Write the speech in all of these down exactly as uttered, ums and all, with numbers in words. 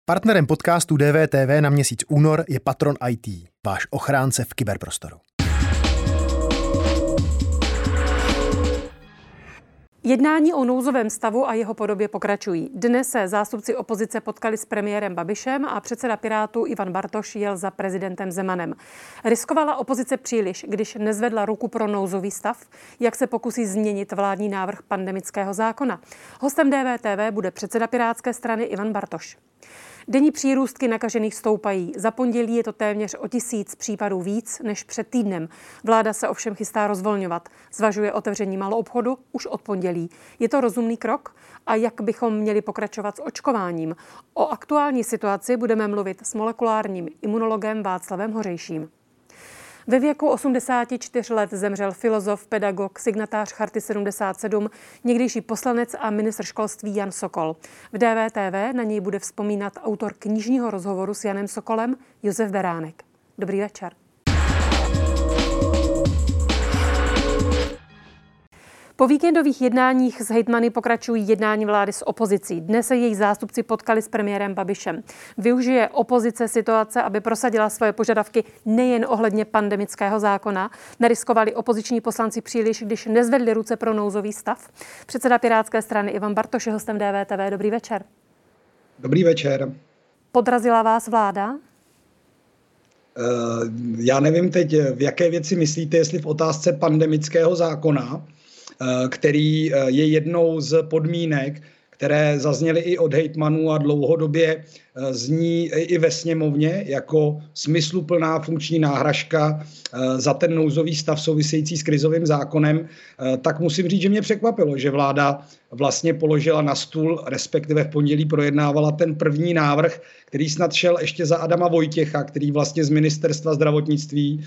Partnerem podcastu D V T V na měsíc únor je Patron í té, váš ochránce v kyberprostoru. Jednání o nouzovém stavu a jeho podobě pokračují. Dnes se zástupci opozice potkali s premiérem Babišem a předseda Pirátů Ivan Bartoš jel za prezidentem Zemanem. Riskovala opozice příliš, když nezvedla ruku pro nouzový stav, jak se pokusí změnit vládní návrh pandemického zákona. Hostem D V T V bude předseda Pirátské strany Ivan Bartoš. Denní přírůstky nakažených stoupají. Za pondělí je to téměř o tisíc případů víc než před týdnem. Vláda se ovšem chystá rozvolňovat. Zvažuje otevření maloobchodu už od pondělí. Je to rozumný krok? A jak bychom měli pokračovat s očkováním? O aktuální situaci budeme mluvit s molekulárním imunologem Václavem Hořejším. Ve věku osmdesáti čtyř let zemřel filozof, pedagog, signatář Charty sedmdesát sedm, někdejší poslanec a ministr školství Jan Sokol. V D V T V na něj bude vzpomínat autor knižního rozhovoru s Janem Sokolem Josef Beránek. Dobrý večer. Po víkendových jednáních s hejtmany pokračují jednání vlády s opozicí. Dnes se její zástupci potkali s premiérem Babišem. Využije opozice situace, aby prosadila svoje požadavky nejen ohledně pandemického zákona. Neriskovali opoziční poslanci příliš, když nezvedli ruce pro nouzový stav. Předseda Pirátské strany Ivan Bartoš je hostem D V T V. Dobrý večer. Dobrý večer. Podrazila vás vláda? Uh, já nevím teď, v jaké věci myslíte, jestli v otázce pandemického zákona, který je jednou z podmínek, které zazněly i od hejtmanů a dlouhodobě zní i ve sněmovně jako smysluplná funkční náhražka za ten nouzový stav související s krizovým zákonem, tak musím říct, že mě překvapilo, že vláda vlastně položila na stůl, respektive v pondělí projednávala ten první návrh, který snad šel ještě za Adama Vojtěcha, který vlastně z ministerstva zdravotnictví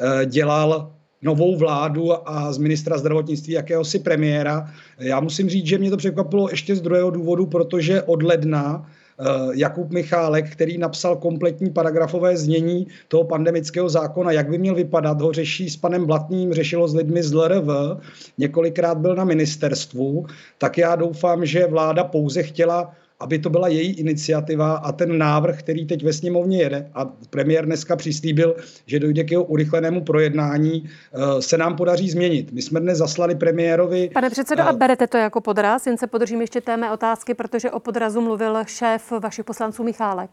dělal novou vládu a z ministra zdravotnictví jakéhosi premiéra. Já musím říct, že mě to překvapilo ještě z druhého důvodu, protože od ledna Jakub Michálek, který napsal kompletní paragrafové znění toho pandemického zákona, jak by měl vypadat, ho řeší s panem Blatným, řešilo s lidmi z L R V, několikrát byl na ministerstvu, tak já doufám, že vláda pouze chtěla, aby to byla její iniciativa a ten návrh, který teď ve sněmovně jede, a premiér dneska přislíbil, že dojde k jeho urychlenému projednání, se nám podaří změnit. My jsme dnes zaslali premiérovi... Pane předsedo, a berete to jako podraz? Jen se podržím ještě té mé otázky, protože o podrazu mluvil šéf vašich poslanců Michálek.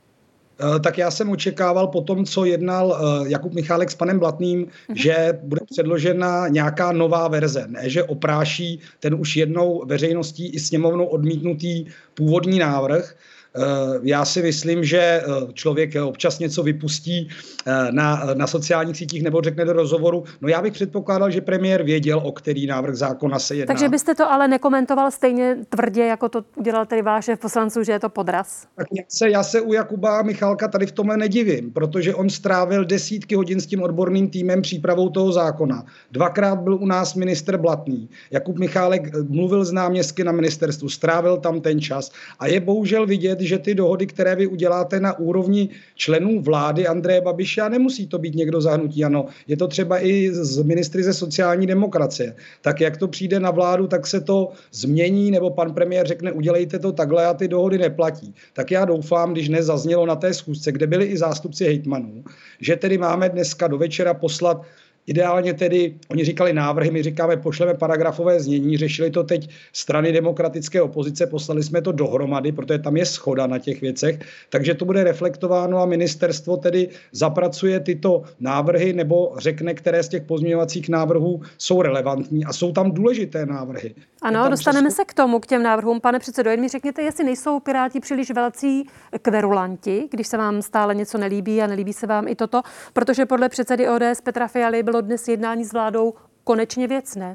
Tak já jsem očekával po tom, co jednal Jakub Michálek s panem Blatným, uh-huh. že bude předložena nějaká nová verze, ne, že opráší ten už jednou veřejností i sněmovnou odmítnutý původní návrh. Já si myslím, že člověk občas něco vypustí na, na sociálních sítích nebo řekne do rozhovoru. No já bych předpokládal, že premiér věděl, o který návrh zákona se jedná. Takže byste to ale nekomentoval stejně tvrdě, jako to udělal tedy váš šéf poslanců, že je to podraz? Tak já se, já se u Jakuba Michálka tady v tomhle nedivím, protože on strávil desítky hodin s tím odborným týmem přípravou toho zákona. Dvakrát byl u nás ministr Blatný. Jakub Michálek mluvil s náměstky na ministerstvu, strávil tam ten čas a je bohužel vidět, že ty dohody, které vy uděláte na úrovni členů vlády Andreje Babiše, a nemusí to být někdo za hnutí ANO, je to třeba i z ministry ze sociální demokracie, tak jak to přijde na vládu, tak se to změní, nebo pan premiér řekne, udělejte to takhle a ty dohody neplatí. Tak já doufám, když dnes zaznělo na té schůzce, kde byli i zástupci hejtmanů, že tedy máme dneska do večera poslat ideálně tedy, oni říkali návrhy, my říkáme, pošleme paragrafové znění, řešili to teď strany demokratické opozice, poslali jsme to dohromady, protože tam je shoda na těch věcech, takže to bude reflektováno a ministerstvo tedy zapracuje tyto návrhy nebo řekne, které z těch pozměňovacích návrhů jsou relevantní a jsou tam důležité návrhy. Ano, dostaneme přes... se k tomu, k těm návrhům. Pane předsedo, jen mi řekněte, jestli nejsou Piráti příliš velcí kverulanti, když se vám stále něco nelíbí a nelíbí se vám i toto, protože podle předsedy O D S Petra Fialy bylo dnes jednání s vládou konečně věcné.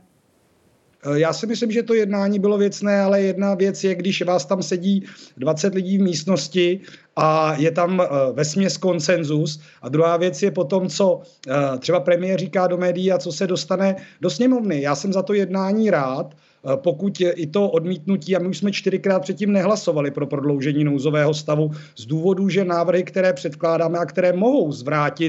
Já si myslím, že to jednání bylo věcné, ale jedna věc je, když vás tam sedí dvacet lidí v místnosti a je tam vesměs konsenzus. A druhá věc je potom, co třeba premiér říká do médií a co se dostane do sněmovny. Já jsem za to jednání rád, pokud i to odmítnutí, a my už jsme čtyřikrát předtím nehlasovali pro prodloužení nouzového stavu z důvodu, že návrhy, které předkládáme a které mohou zvrátit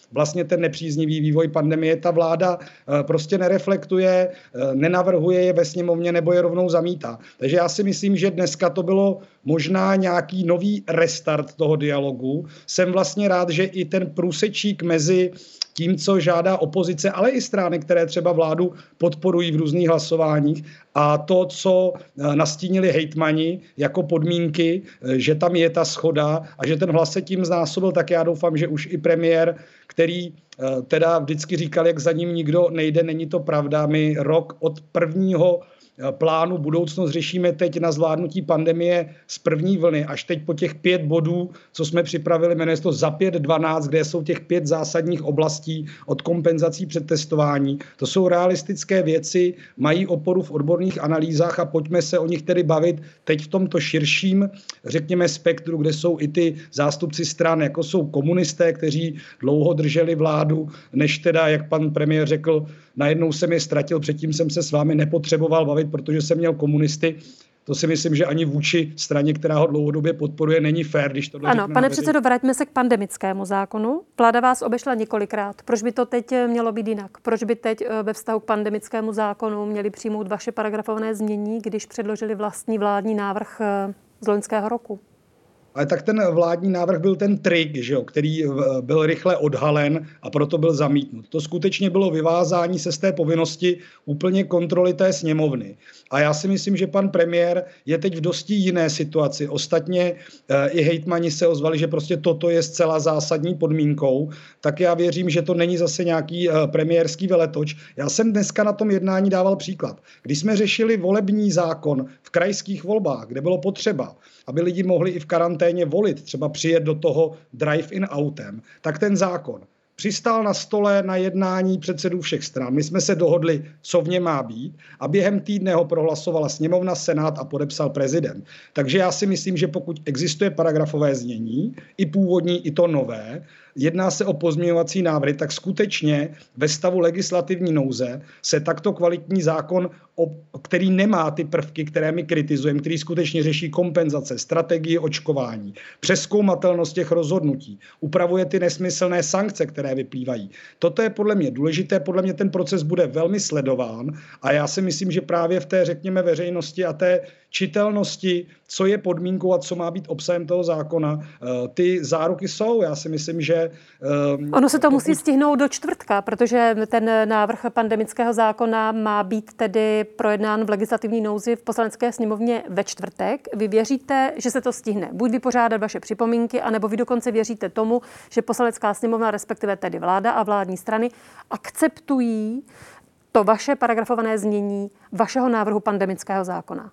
vlastně ten nepříznivý vývoj pandemie ta vláda prostě nereflektuje, nenavrhuje je ve sněmovně nebo je rovnou zamítá. Takže já si myslím, že dneska to bylo možná nějaký nový restart toho dialogu. Jsem vlastně rád, že i ten průsečík mezi tím, co žádá opozice, ale i strany, které třeba vládu podporují v různých hlasováních, a to, co nastínili hejtmani jako podmínky, že tam je ta shoda a že ten hlas se tím znásobil, tak já doufám, že už i premiér, který teda vždycky říkal, jak za ním nikdo nejde, není to pravda. My rok od prvního plánu budoucnost řešíme teď na zvládnutí pandemie z první vlny až teď po těch pět bodů, co jsme připravili, jmenuje se to za pět dvanáct, kde jsou těch pět zásadních oblastí od kompenzací před testování. To jsou realistické věci, mají oporu v odborných analýzách a pojďme se o nich tedy bavit teď v tomto širším, řekněme, spektru, kde jsou i ty zástupci stran, jako jsou komunisté, kteří dlouho drželi vládu, než teda, jak pan premiér řekl, najednou jsem je ztratil, předtím jsem se s vámi nepotřeboval bavit, protože jsem měl komunisty. To si myslím, že ani vůči straně, která ho dlouhodobě podporuje, není fér, když tohle Ano, pane předsedo, vraťme se k pandemickému zákonu. Vláda vás obešla několikrát. Proč by to teď mělo být jinak? Proč by teď ve vztahu k pandemickému zákonu měli přijmout vaše paragrafované znění, když předložili vlastní vládní návrh z loňského roku? Ale tak ten vládní návrh byl ten trik, že jo, který byl rychle odhalen a proto byl zamítnut. To skutečně bylo vyvázání se z té povinnosti úplně kontroly té sněmovny. A já si myslím, že pan premiér je teď v dosti jiné situaci. Ostatně e, i hejtmani se ozvali, že prostě toto je zcela zásadní podmínkou. Tak já věřím, že to není zase nějaký e, premiérský veletoč. Já jsem dneska na tom jednání dával příklad. Když jsme řešili volební zákon v krajských volbách, kde bylo potřeba, aby lidi mohli i v karanténě volit, třeba přijet do toho drive-in autem, tak ten zákon přistál na stole na jednání předsedů všech stran. My jsme se dohodli, co v něm má být, a během týdne ho prohlasovala sněmovna, senát a podepsal prezident. Takže já si myslím, že pokud existuje paragrafové znění, i původní, i to nové, jedná se o pozměňovací návrhy, tak skutečně ve stavu legislativní nouze se takto kvalitní zákon, který nemá ty prvky, které my kritizujeme, který skutečně řeší kompenzace, strategii očkování, přezkoumatelnost těch rozhodnutí, upravuje ty nesmyslné sankce, které vyplývají. Toto je podle mě důležité, podle mě ten proces bude velmi sledován a já si myslím, že právě v té, řekněme, veřejnosti a té čitelnosti, co je podmínkou a co má být obsahem toho zákona, ty záruky jsou. Já si myslím, že... Ono se to pokud... musí stihnout do čtvrtka, protože ten návrh pandemického zákona má být tedy projednán v legislativní nouzi v Poslanecké sněmovně ve čtvrtek. Vy věříte, že se to stihne? Buď vypořádat vaše připomínky, anebo vy dokonce věříte tomu, že Poslanecká sněmovna, respektive tedy vláda a vládní strany, akceptují to vaše paragrafované znění vašeho návrhu pandemického zákona?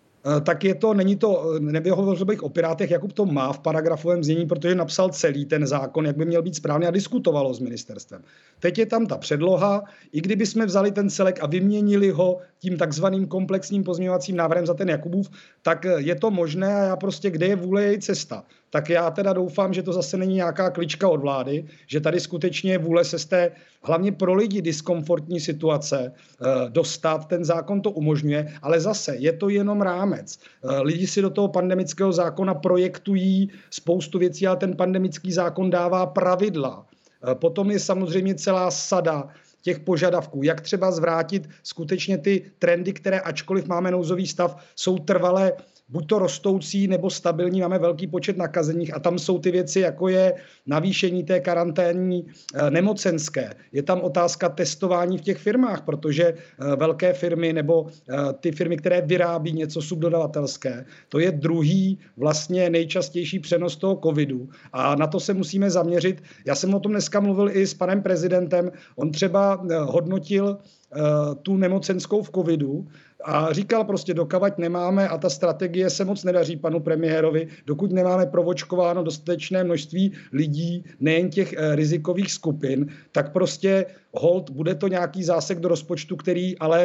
Tak je to, není to, nevyhovořil bych o Pirátech, Jakub to má v paragrafovém znění, protože napsal celý ten zákon, jak by měl být správně, a diskutovalo s ministerstvem. Teď je tam ta předloha, i kdyby jsme vzali ten celek a vyměnili ho tím takzvaným komplexním pozměňovacím návrhem za ten Jakubův, tak je to možné a já prostě, kde je vůle, je cesta. Tak já teda doufám, že to zase není nějaká klička od vlády, že tady skutečně je vůle se z té hlavně pro lidi diskomfortní situace dostat. Ten zákon to umožňuje, ale zase je to jenom rámec. Lidi si do toho pandemického zákona projektují spoustu věcí, ale ten pandemický zákon dává pravidla. Potom je samozřejmě celá sada těch požadavků, jak třeba zvrátit skutečně ty trendy, které ačkoliv máme nouzový stav, jsou trvalé buď to rostoucí nebo stabilní, máme velký počet nakazených a tam jsou ty věci, jako je navýšení té karanténní e, nemocenské. Je tam otázka testování v těch firmách, protože e, velké firmy nebo e, ty firmy, které vyrábí něco subdodavatelské, to je druhý vlastně nejčastější přenos toho covidu a na to se musíme zaměřit. Já jsem o tom dneska mluvil i s panem prezidentem, on třeba e, hodnotil tu nemocenskou v covidu a říkal prostě, dokavať nemáme, a ta strategie se moc nedaří panu premiérovi, dokud nemáme provočkováno dostatečné množství lidí, nejen těch rizikových skupin, tak prostě hold, bude to nějaký zásek do rozpočtu, který ale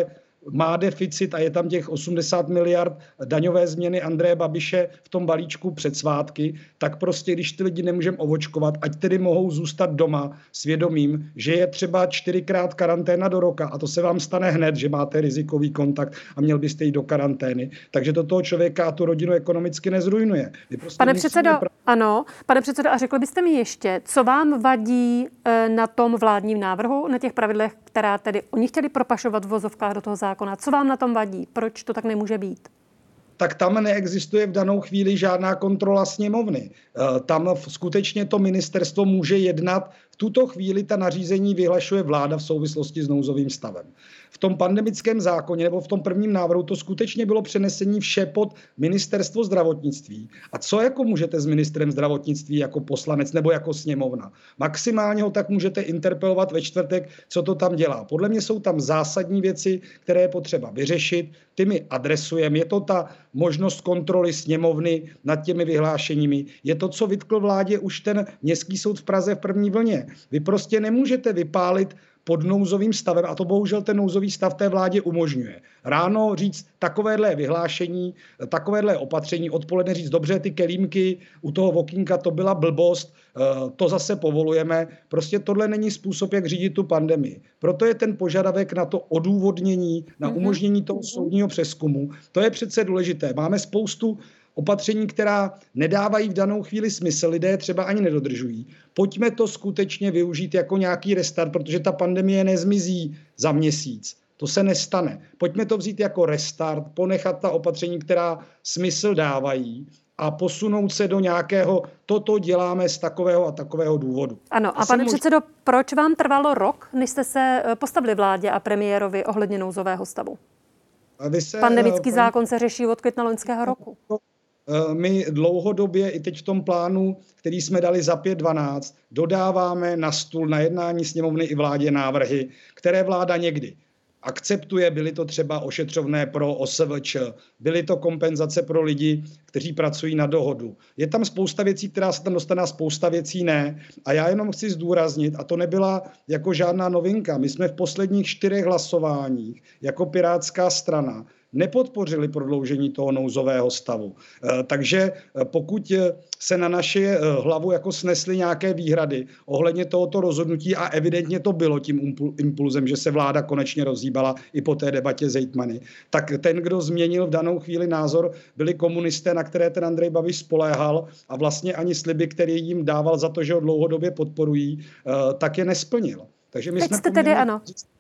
má deficit a je tam těch osmdesát miliard daňové změny Andreje Babiše v tom balíčku před svátky, tak prostě, když ty lidi nemůžeme ovočkovat, ať tedy mohou zůstat doma svědomím, že je třeba čtyřikrát karanténa do roka a to se vám stane hned, že máte rizikový kontakt a měl byste jít do karantény. Takže to toho člověka a tu rodinu ekonomicky nezrujnuje. Prostě pane předsedo, pra... ano, pane předsedo, a řekl byste mi ještě, co vám vadí na tom vládním návrhu, na těch pravidlech, která tedy oni chtěli propašovat v vozovkách do toho zákona. Co vám na tom vadí? Proč to tak nemůže být? Tak tam neexistuje v danou chvíli žádná kontrola sněmovny. Tam skutečně to ministerstvo může jednat. V tuto chvíli ta nařízení vyhlašuje vláda v souvislosti s nouzovým stavem. V tom pandemickém zákoně nebo v tom prvním návrhu to skutečně bylo přenesení vše pod ministerstvo zdravotnictví. A co jako můžete s ministrem zdravotnictví jako poslanec nebo jako sněmovna? Maximálně ho tak můžete interpelovat ve čtvrtek, co to tam dělá. Podle mě jsou tam zásadní věci, které je potřeba vyřešit. Ty my adresujeme. Je to ta možnost kontroly sněmovny nad těmi vyhlášeními. Je to, co vytkl vládě už ten městský soud v Praze v první vlně. Vy prostě nemůžete vypálit pod nouzovým stavem, a to bohužel ten nouzový stav té vládě umožňuje. Ráno říct takovéhle vyhlášení, takovéhle opatření, odpoledne říct dobře, ty kelímky u toho vokínka, to byla blbost, to zase povolujeme. Prostě tohle není způsob, jak řídit tu pandemii. Proto je ten požadavek na to odůvodnění, na umožnění toho soudního přezkumu. To je přece důležité. Máme spoustu opatření, která nedávají v danou chvíli smysl, lidé třeba ani nedodržují. Pojďme to skutečně využít jako nějaký restart, protože ta pandemie nezmizí za měsíc. To se nestane. Pojďme to vzít jako restart, ponechat ta opatření, která smysl dávají a posunout se do nějakého, toto děláme z takového a takového důvodu. Ano, a, a pane předsedo, mož... proč vám trvalo rok, než jste se postavili vládě a premiérovi ohledně nouzového stavu? Se, Pandemický paní... zákon se řeší od května loňského roku. My dlouhodobě i teď v tom plánu, který jsme dali za pět dvanáct, dodáváme na stůl na jednání sněmovny i vládě návrhy, které vláda někdy akceptuje. Byly to třeba ošetřovné pro O S V Č, byly to kompenzace pro lidi, kteří pracují na dohodu. Je tam spousta věcí, která se tam dostane, a spousta věcí ne. A já jenom chci zdůraznit, a to nebyla jako žádná novinka, my jsme v posledních čtyřech hlasováních jako Pirátská strana nepodpořili prodloužení toho nouzového stavu. Takže pokud se na naši hlavu jako snesly nějaké výhrady ohledně tohoto rozhodnutí, a evidentně to bylo tím impulzem, že se vláda konečně rozhýbala i po té debatě s hejtmany, tak ten, kdo změnil v danou chvíli názor, byli komunisté, na které ten Andrej Babiš spoléhal, a vlastně ani sliby, které jim dával za to, že ho dlouhodobě podporují, tak je nesplnil. Takže my Teď jsme jste tedy ano.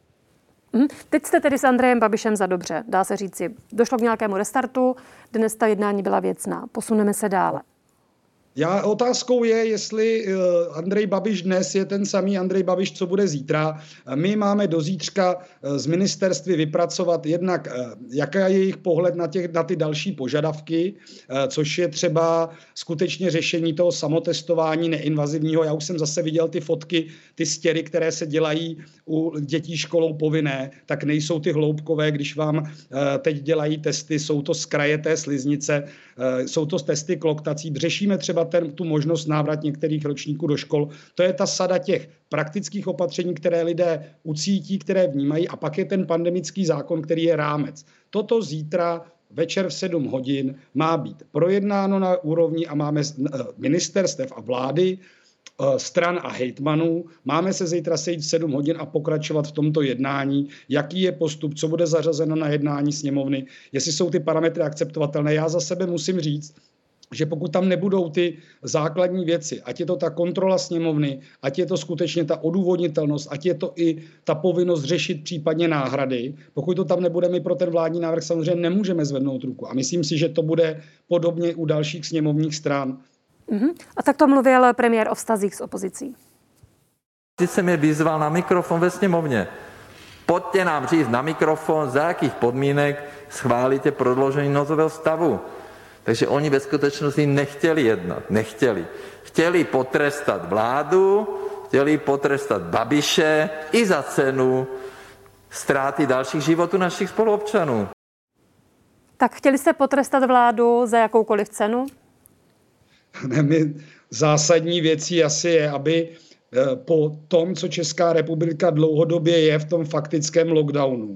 Teď jste tedy s Andrejem Babišem za dobře, dá se říci. Došlo k nějakému restartu, dnes ta jednání byla věcná. Posuneme se dále. Já otázkou je, jestli Andrej Babiš dnes je ten samý Andrej Babiš, co bude zítra. My máme do zítřka z ministerství vypracovat jednak, jaký je jejich pohled na, těch, na ty další požadavky, což je třeba skutečně řešení toho samotestování neinvazivního. Já už jsem zase viděl ty fotky, ty stěry, které se dělají u dětí školou povinné, tak nejsou ty hloubkové, když vám teď dělají testy, jsou to z kraje té sliznice, jsou to testy kloktací. Řešíme třeba ten, tu možnost návrat některých ročníků do škol. To je ta sada těch praktických opatření, které lidé ucítí, které vnímají, a pak je ten pandemický zákon, který je rámec. Toto zítra večer v sedm hodin má být projednáno na úrovni a máme ministerstev a vlády, stran a hejtmanů. Máme se zítra sejít v sedm hodin a pokračovat v tomto jednání. Jaký je postup, co bude zařazeno na jednání sněmovny, jestli jsou ty parametry akceptovatelné. Já za sebe musím říct, že pokud tam nebudou ty základní věci, ať je to ta kontrola sněmovny, ať je to skutečně ta odůvodnitelnost, ať je to i ta povinnost řešit případně náhrady, pokud to tam nebude, my pro ten vládní návrh samozřejmě nemůžeme zvednout ruku. A myslím si, že to bude podobně u dalších sněmovních stran. Uh-huh. A tak to mluvil premiér o vztazích s opozicí. Ty jsem je vyzval na mikrofon ve sněmovně. Pojďte nám říct na mikrofon, za jakých podmínek schválíte prodloužení nouzového stavu. Takže oni ve skutečnosti nechtěli jednat, nechtěli. Chtěli potrestat vládu, chtěli potrestat Babiše i za cenu ztráty dalších životů našich spoluobčanů. Tak chtěli jste potrestat vládu za jakoukoliv cenu? Ne, my zásadní věcí asi je, aby po tom, co Česká republika dlouhodobě je v tom faktickém lockdownu,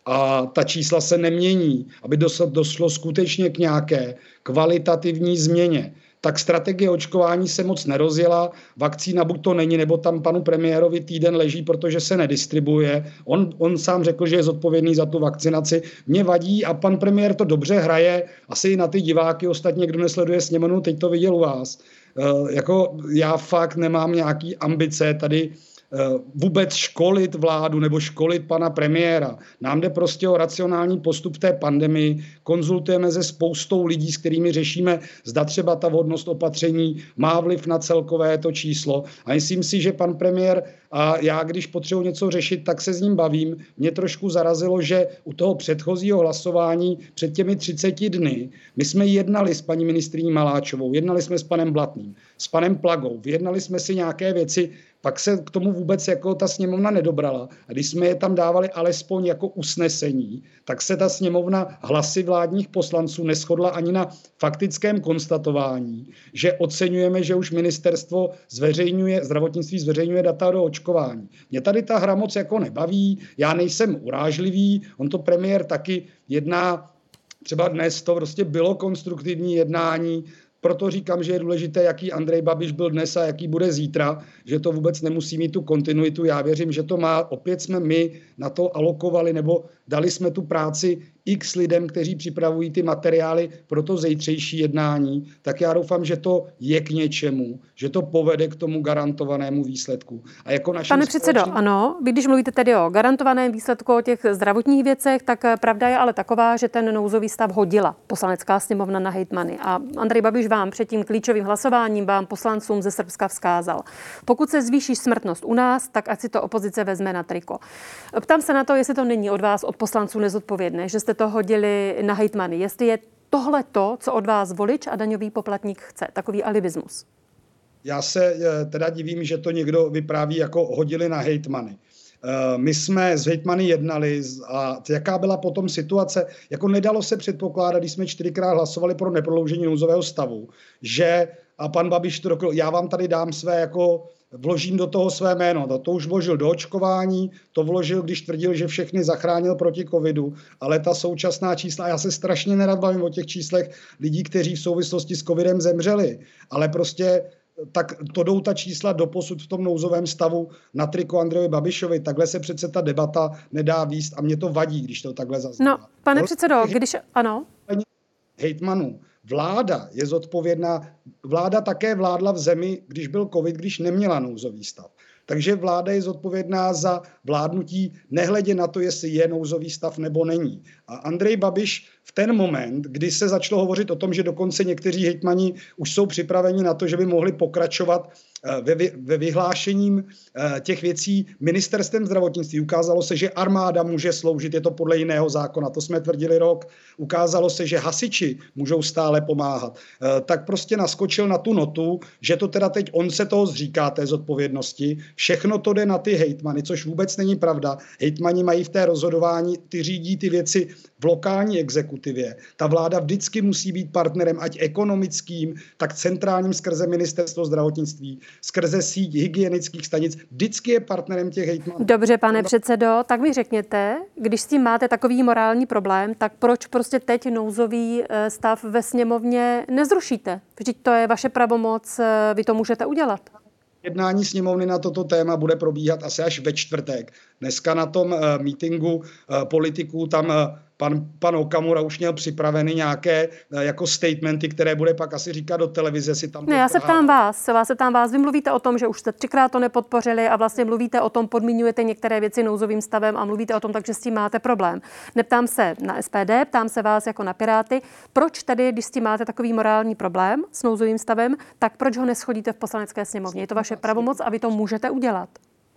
a ta čísla se nemění, aby došlo, došlo skutečně k nějaké kvalitativní změně, tak strategie očkování se moc nerozjela, vakcína buď to není, nebo tam panu premiérovi týden leží, protože se nedistribuje. On, on sám řekl, že je zodpovědný za tu vakcinaci. Mně vadí a pan premiér to dobře hraje, asi i na ty diváky, ostatně kdo nesleduje sněmovnu, teď to viděl u vás. Uh, jako já fakt nemám nějaký ambice tady vůbec školit vládu nebo školit pana premiéra. Nám jde prostě o racionální postup v té pandemii. Konzultujeme se spoustou lidí, s kterými řešíme, zda třeba ta vhodnost opatření má vliv na celkové to číslo. A myslím si, že pan premiér a já, když potřebuji něco řešit, tak se s ním bavím. Mě trošku zarazilo, že u toho předchozího hlasování před těmi třiceti dny my jsme jednali s paní ministryní Maláčovou, jednali jsme s panem Blatným, s panem Plagou, vyjednali jsme si nějaké věci, pak se k tomu vůbec jako ta sněmovna nedobrala. A když jsme je tam dávali alespoň jako usnesení, tak se ta sněmovna hlasy vládních poslanců neshodla ani na faktickém konstatování, že oceňujeme, že už ministerstvo zveřejňuje, zdravotnictví zveřejňuje data do očkování. Mě tady ta hra moc jako nebaví, já nejsem urážlivý, on to premiér taky jedná, třeba dnes to prostě bylo konstruktivní jednání. Proto říkám, že je důležité, jaký Andrej Babiš byl dnes a jaký bude zítra, že to vůbec nemusí mít tu kontinuitu. Já věřím, že to má. Opět jsme my na to alokovali nebo dali jsme tu práci x lidem, kteří připravují ty materiály pro to zítřejší jednání. Tak já doufám, že to je k něčemu, že to povede k tomu garantovanému výsledku. A jako Pane předsedo, společný... ano, vy když mluvíte tedy o garantovaném výsledku, o těch zdravotních věcech, tak pravda je ale taková, že ten nouzový stav hodila Poslanecká sněmovna na hejtmany. A Andrej Babiš vám před tím klíčovým hlasováním vám poslancům ze Srbska vzkázal: pokud se zvýší smrtnost u nás, tak ať si to opozice vezme na triko. Ptám se na to, jestli to není od vás, od poslanců nezodpovědné, že jste to hodili na hejtmany. Jestli je tohle to, co od vás volič a daňový poplatník chce, takový alibismus. Já se teda divím, že to někdo vypráví jako hodili na hejtmany. My jsme s hejtmany jednali a jaká byla potom situace, jako nedalo se předpokládat, když jsme čtyřikrát hlasovali pro neprodloužení nouzového stavu, že a pan Babiš to řekl, já vám tady dám své jako vložím do toho své jméno. To, to už vložil do očkování, to vložil, když tvrdil, že všechny zachránil proti covidu, ale ta současná čísla, já se strašně nerad bavím o těch číslech lidí, kteří v souvislosti s covidem zemřeli, ale prostě tak to jdou ta čísla doposud v tom nouzovém stavu na triko Andrejovi Babišovi. Takhle se přece ta debata nedá vést a mě to vadí, když to takhle zaznívá. No, pane no, předsedo, když ano. Hejtmanů. Vláda je zodpovědná. Vláda také vládla v zemi, když byl covid, když neměla nouzový stav. Takže vláda je zodpovědná za vládnutí, nehledě na to, jestli je nouzový stav nebo není. A Andrej Babiš v ten moment, kdy se začalo hovořit o tom, že dokonce někteří hejtmani už jsou připraveni na to, že by mohli pokračovat ve, ve vyhlášením těch věcí ministerstvem zdravotnictví. Ukázalo se, že armáda může sloužit, je to podle jiného zákona, to jsme tvrdili rok. Ukázalo se, že hasiči můžou stále pomáhat. Tak prostě naskočil na tu notu, že to teda teď on se toho zříká té zodpovědnosti. Všechno to jde na ty hejtmany, což vůbec není pravda. Hejtmani mají v té rozhodování, ty řídí ty věci v lokální exekutivě. Ta vláda vždycky musí být partnerem, ať ekonomickým, tak centrálním skrze ministerstvo zdravotnictví, skrze síť hygienických stanic. Vždycky je partnerem těch hejtmanů. Dobře, pane předsedo, tak mi řekněte, když s tím máte takový morální problém, tak proč prostě teď nouzový stav ve sněmovně nezrušíte? Vždyť to je vaše pravomoc, vy to můžete udělat. Jednání sněmovny na toto téma bude probíhat asi až ve čtvrtek. Dneska na tom uh, mítingu uh, politiků tam uh, pan, pan Okamura už měl připraveny nějaké uh, jako statementy, které bude pak asi říkat do televize. Si tam ne, já se ptám vás, vás se ptám vás. Vy mluvíte o tom, že už jste třikrát to nepodpořili a vlastně mluvíte o tom, podmiňujete některé věci nouzovým stavem a mluvíte o tom, takže s tím máte problém. Neptám se na S P D, ptám se vás jako na Piráty. Proč tedy, když s tím máte takový morální problém s nouzovým stavem, tak proč ho neschodíte v Poslanecké sněmovně? Je to vaše pravomoc a vy to můžete udělat.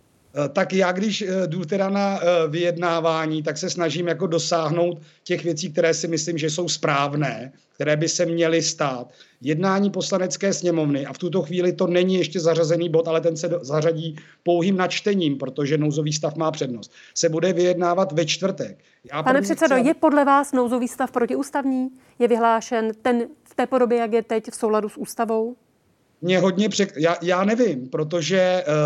Tak já, když jdu teda na vyjednávání, tak se snažím jako dosáhnout těch věcí, které si myslím, že jsou správné, které by se měly stát. Jednání Poslanecké sněmovny, a v tuto chvíli to není ještě zařazený bod, ale ten se zařadí pouhým načtením, protože nouzový stav má přednost, se bude vyjednávat ve čtvrtek. Já Pane předsedo, chci... je podle vás nouzový stav protiústavní? Je vyhlášen ten v té podobě, jak je teď, v souladu s ústavou? Mě hodně přek... já, já nevím, protože uh,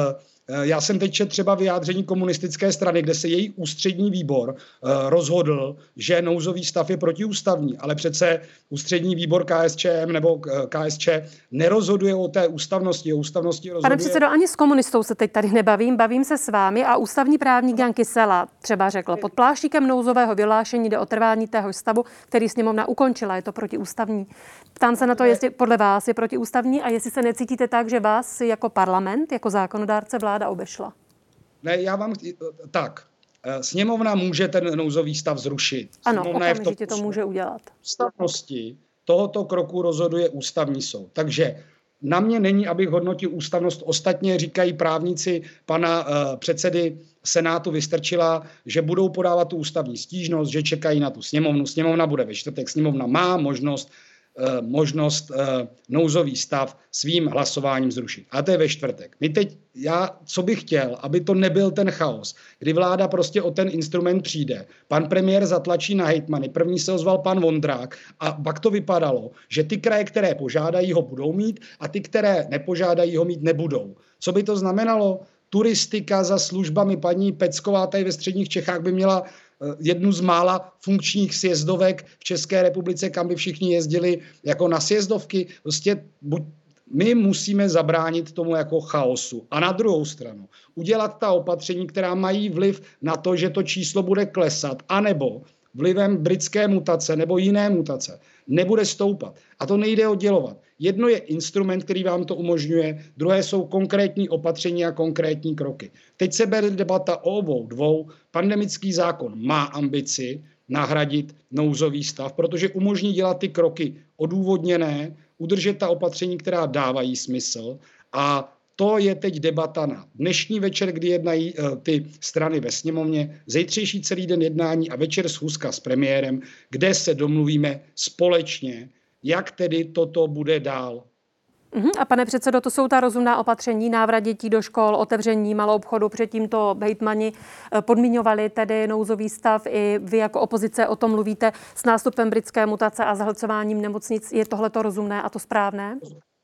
Já jsem teď četl třeba vyjádření komunistické strany, kde se její ústřední výbor rozhodl, že nouzový stav je protiústavní, ale přece ústřední výbor K S Č M nebo K S Č nerozhoduje o té ústavnosti. O ústavnosti rozhoduje... Pane předsedo, ani s komunistou se teď tady nebavím, bavím se s vámi a ústavní právník Jan Kysela třeba řekl, pod pláštíkem nouzového vyhlášení jde o trvání téhož stavu, který sněmovna ukončila. Je to protiústavní. Ptám se na to, jestli podle vás je protiústavní a jestli se necítíte tak, že vás jako parlament, jako zákonodárce vláda obešla. Ne, já vám... Tak, sněmovna může ten nouzový stav zrušit. Ano, sněmovna okamžitě to může udělat. Ústavnosti tohoto kroku rozhoduje ústavní soud. Takže na mě není, abych hodnotil ústavnost. Ostatně říkají právníci pana uh, předsedy Senátu Vystrčila, že budou podávat tu ústavní stížnost, že čekají na tu sněmovnu. Sněmovna bude ve čtvrtek. Sněmovna má možnost Uh, možnost uh, nouzový stav svým hlasováním zrušit. A to je ve čtvrtek. My teď, já, co bych chtěl, aby to nebyl ten chaos, kdy vláda prostě o ten instrument přijde. Pan premiér zatlačí na hejtmany, první se ozval pan Vondrák a pak to vypadalo, že ty kraje, které požádají, ho budou mít a ty, které nepožádají, ho mít nebudou. Co by to znamenalo? Turistika za službami, paní Pecková tady ve středních Čechách by měla jednu z mála funkčních sjezdovek v České republice, kam by všichni jezdili jako na sjezdovky. Prostě buď my musíme zabránit tomu jako chaosu. A na druhou stranu udělat ta opatření, která mají vliv na to, že to číslo bude klesat, anebo vlivem britské mutace nebo jiné mutace nebude stoupat. A to nejde oddělovat. Jedno je instrument, který vám to umožňuje, druhé jsou konkrétní opatření a konkrétní kroky. Teď se bere debata o obou dvou. Pandemický zákon má ambici nahradit nouzový stav, protože umožní dělat ty kroky odůvodněné, udržet ta opatření, která dávají smysl, a to je teď debata na dnešní večer, kdy jednají uh, ty strany ve sněmovně, zítřejší celý den jednání a večer schůzka s premiérem, kde se domluvíme společně, jak tedy toto bude dál. Uhum. A pane předsedo, to jsou ta rozumná opatření, návrat dětí do škol, otevření maloobchodu, předtím to hejtmani podmiňovali tedy nouzový stav. I vy jako opozice o tom mluvíte s nástupem britské mutace a zahlcováním nemocnic. Je tohleto rozumné a to správné?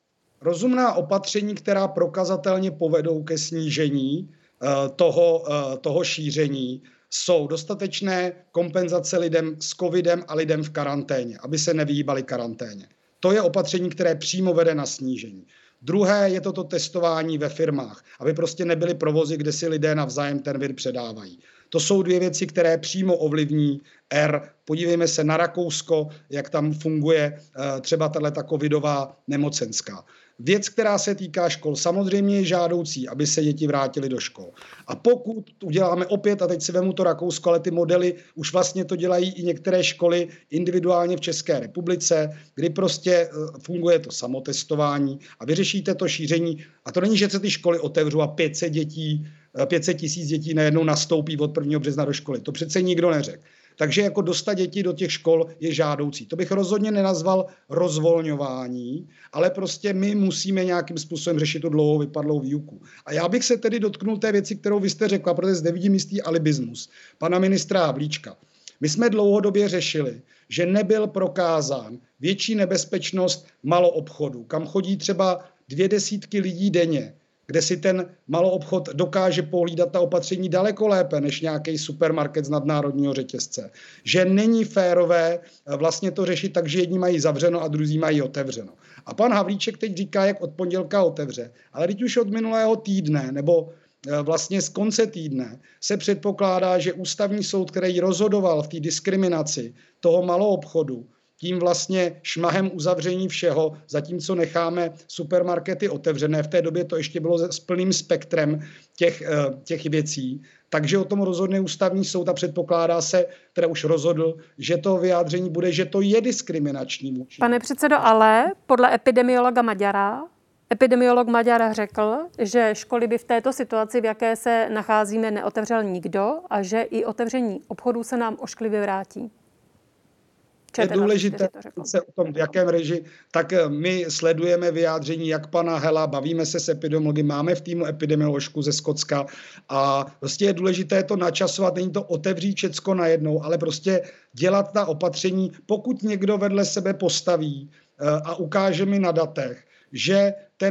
Rozumná opatření, která prokazatelně povedou ke snížení uh, toho, uh, toho šíření, jsou dostatečné kompenzace lidem s covidem a lidem v karanténě, aby se nevyhýbali karanténě. To je opatření, které přímo vede na snížení. Druhé je toto testování ve firmách, aby prostě nebyly provozy, kde si lidé navzájem ten vir předávají. To jsou dvě věci, které přímo ovlivní R. Podívejme se na Rakousko, jak tam funguje uh, třeba tato covidová nemocenská. Věc, která se týká škol, samozřejmě je žádoucí, aby se děti vrátily do škol. A pokud uděláme opět, a teď si vemu to Rakousko, ale ty modely už vlastně to dělají i některé školy individuálně v České republice, kdy prostě funguje to samotestování a vyřešíte to šíření. A to není, že se ty školy otevřou a pět set dětí, pět set tisíc dětí najednou nastoupí od prvního března do školy. To přece nikdo neřekl. Takže jako dostat děti do těch škol je žádoucí. To bych rozhodně nenazval rozvolňování, ale prostě my musíme nějakým způsobem řešit tu dlouhou vypadlou výuku. A já bych se tedy dotknul té věci, kterou vy jste řekla, protože zde vidím jistý alibismus pana ministra Havlíčka. My jsme dlouhodobě řešili, že nebyl prokázán větší nebezpečnost maloobchodu, kam chodí třeba dvě desítky lidí denně, kde si ten maloobchod dokáže pohlídat ta opatření daleko lépe než nějaký supermarket z nadnárodního řetězce. Že není férové vlastně to řešit tak, že jedni mají zavřeno a druzí mají otevřeno. A pan Havlíček teď říká, jak od pondělka otevře. Ale teď už od minulého týdne nebo vlastně z konce týdne se předpokládá, že ústavní soud, který rozhodoval v té diskriminaci toho maloobchodu, tím vlastně šmahem uzavření všeho, zatímco necháme supermarkety otevřené. V té době to ještě bylo s plným spektrem těch, těch věcí. Takže o tom rozhodne ústavní soud a předpokládá se, teda už rozhodl, že to vyjádření bude, že to je diskriminační vůči. Pane předsedo, ale podle epidemiologa Maďara, epidemiolog Maďar řekl, že školy by v této situaci, v jaké se nacházíme, neotevřel nikdo a že i otevření obchodů se nám ošklivě vrátí. Je důležité se o tom, v jakém režimu, tak my sledujeme vyjádření jak pana Hela, bavíme se s epidemiology, máme v týmu epidemioložku ze Skotska a prostě je důležité to načasovat, není to otevřít všecko najednou, ale prostě dělat ta opatření, pokud někdo vedle sebe postaví a ukáže mi na datech, že ten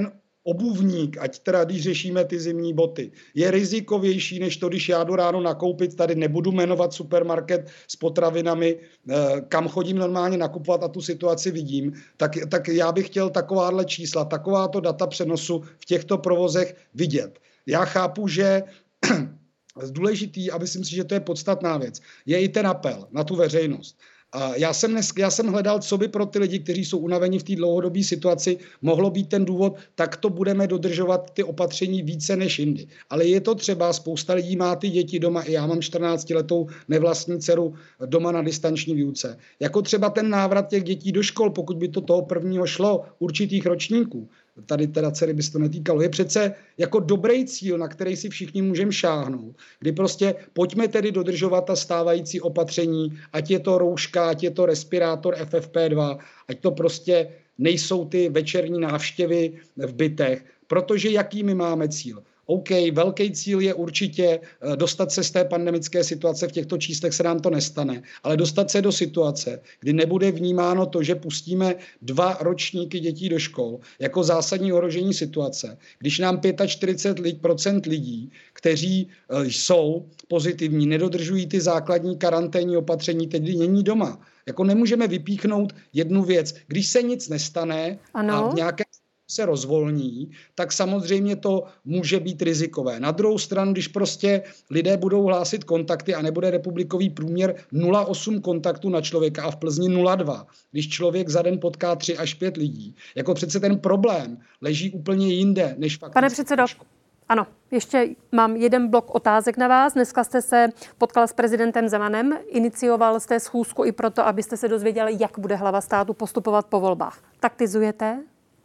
obuvník, ať teda když řešíme ty zimní boty, je rizikovější než to, když já jdu ráno nakoupit, tady nebudu jmenovat supermarket s potravinami, kam chodím normálně nakupovat a tu situaci vidím, tak, tak já bych chtěl takováhle čísla, takováto data přenosu v těchto provozech vidět. Já chápu, že důležitý, a myslím si, že to je podstatná věc, je i ten apel na tu veřejnost. A já jsem, dnes, já jsem hledal, co by pro ty lidi, kteří jsou unavení v té dlouhodobé situaci, mohlo být ten důvod, tak to budeme dodržovat ty opatření více než jindy. Ale je to třeba, spousta lidí má ty děti doma, i já mám čtrnáctiletou nevlastní dceru doma na distanční výuce. Jako třeba ten návrat těch dětí do škol, pokud by to toho prvního šlo, určitých ročníků, tady teda dcery by se to netýkalo, je přece jako dobrý cíl, na který si všichni můžeme šáhnout, kdy prostě pojďme tedy dodržovat ta stávající opatření, ať je to rouška, ať je to respirátor F F P dva, ať to prostě nejsou ty večerní návštěvy v bytech, protože jaký my máme cíl? OK, velký cíl je určitě dostat se z té pandemické situace, v těchto číslech se nám to nestane, ale dostat se do situace, kdy nebude vnímáno to, že pustíme dva ročníky dětí do škol jako zásadní ohrožení situace, když nám čtyřicet pět procent lidí, kteří jsou pozitivní, nedodržují ty základní karanténní opatření, tedy není doma. Jako nemůžeme vypíchnout jednu věc. Když se nic nestane ano. a v nějaké se rozvolní, tak samozřejmě to může být rizikové. Na druhou stranu, když prostě lidé budou hlásit kontakty a nebude republikový průměr nula celá osm kontaktů na člověka a v Plzni nula celá dva, když člověk za den potká tři až pět lidí, jako přece ten problém leží úplně jinde, než fakt. Pane předsedo, ano, ještě mám jeden blok otázek na vás. Dneska jste se potkal s prezidentem Zemanem, inicioval jste schůzku i proto, abyste se dozvěděli, jak bude hlava státu postupovat po volbách. Taktizujete?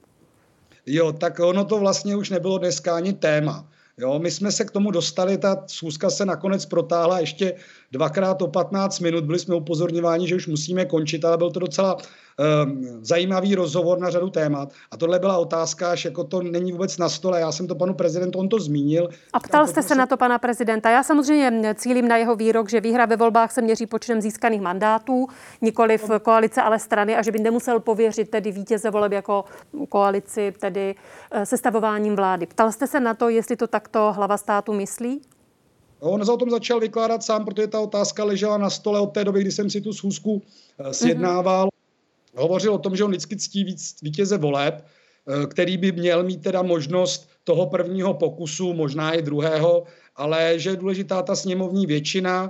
Jo, tak ono to vlastně už nebylo dneska ani téma. Jo, my jsme se k tomu dostali, ta schůzka se nakonec protáhla ještě dvakrát o patnáct minut, byli jsme upozorňováni, že už musíme končit, ale byl to docela um, zajímavý rozhovor na řadu témat. A tohle byla otázka, až jako to není vůbec na stole. Já jsem to panu prezidentu, on to zmínil. A ptal jste se na to pana prezidenta. Já samozřejmě cílím na jeho výrok, že výhra ve volbách se měří počtem získaných mandátů, nikoli v koalice, ale strany, a že by nemusel pověřit tedy vítěze voleb jako koalici, tedy sestavováním vlády. Ptal jste se na to, jestli to takto hlava státu myslí? On za o tom začal vykládat sám, protože ta otázka ležela na stole od té doby, kdy jsem si tu schůzku sjednával. Mm-hmm. Hovořil o tom, že on vždycky ctí víc vítěze voleb, který by měl mít teda možnost toho prvního pokusu, možná i druhého, ale že je důležitá ta sněmovní většina.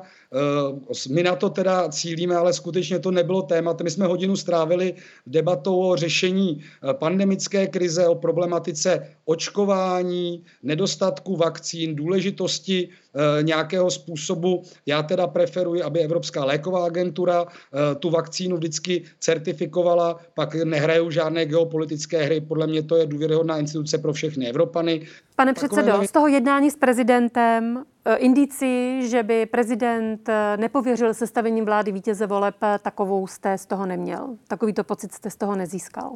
My na to teda cílíme, ale skutečně to nebylo téma. My jsme hodinu strávili debatou o řešení pandemické krize, o problematice očkování, nedostatku vakcín, důležitosti nějakého způsobu. Já teda preferuji, aby Evropská léková agentura tu vakcínu vždycky certifikovala, pak nehrajou žádné geopolitické hry. Podle mě to je důvěryhodná instituce pro všechny Evropany. Pane předsedo, z toho jednání s prezidentem indici, že by prezident nepověřil sestavením vlády vítěze voleb, takovou jste z toho neměl. Takovýto pocit jste z toho nezískal.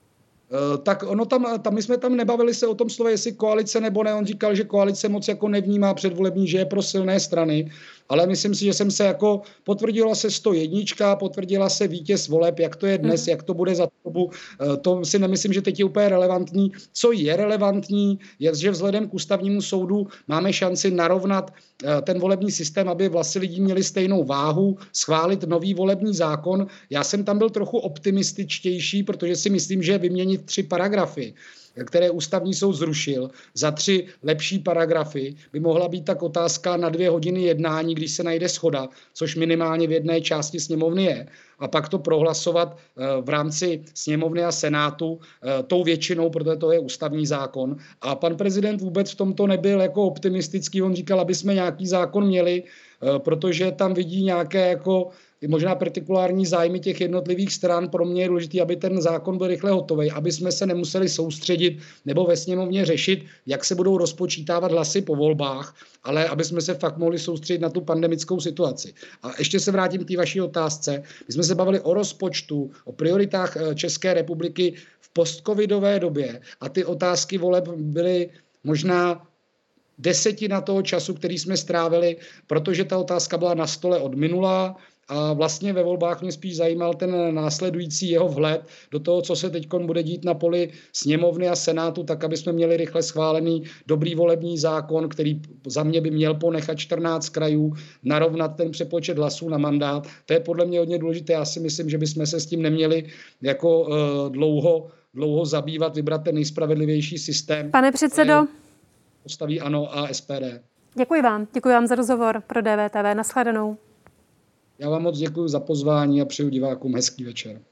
Tak ono tam, tam, my jsme tam nebavili se o tom slově, jestli koalice nebo ne. On říkal, že koalice moc jako nevnímá předvolební, že je pro silné strany, ale myslím si, že jsem se jako potvrdila se sto jedna, potvrdila se vítěz voleb, jak to je dnes, mm. jak to bude za dobu. To si nemyslím, že teď je úplně relevantní. Co je relevantní, je, že vzhledem k ústavnímu soudu máme šanci narovnat ten volební systém, aby vlastně lidi měli stejnou váhu, schválit nový volební zákon. Já jsem tam byl trochu optimističtější, protože si myslím, že vyměnit tři paragrafy, které ústavní soud zrušil, za tři lepší paragrafy by mohla být tak otázka na dvě hodiny jednání, když se najde shoda, což minimálně v jedné části sněmovny je. A pak to prohlasovat v rámci sněmovny a senátu tou většinou, protože to je ústavní zákon. A pan prezident vůbec v tomto nebyl jako optimistický. On říkal, aby jsme nějaký zákon měli, protože tam vidí nějaké jako možná partikulární zájmy těch jednotlivých stran. Pro mě je důležité, aby ten zákon byl rychle hotový, aby jsme se nemuseli soustředit nebo ve sněmovně řešit, jak se budou rozpočítávat hlasy po volbách, ale aby jsme se fakt mohli soustředit na tu pandemickou situaci. A ještě se vrátím k té vaší otázce. My jsme se bavili o rozpočtu, o prioritách České republiky v postcovidové době a ty otázky voleb byly možná desetina toho času, který jsme strávili, protože ta otázka byla na stole od minula a vlastně ve volbách mě spíš zajímal ten následující jeho vhled do toho, co se teď bude dít na poli sněmovny a senátu, tak aby jsme měli rychle schválený dobrý volební zákon, který za mě by měl ponechat čtrnáct krajů, narovnat ten přepočet hlasů na mandát. To je podle mě hodně důležité. Já si myslím, že bychom se s tím neměli jako uh, dlouho, dlouho zabývat, vybrat ten nejspravedlivější systém. Pane předsedo. Postaví ANO a S P D. Děkuji vám. Děkuji vám za rozhovor pro D V T V. Nashledanou. Já vám moc děkuji za pozvání a přeju divákům hezký večer.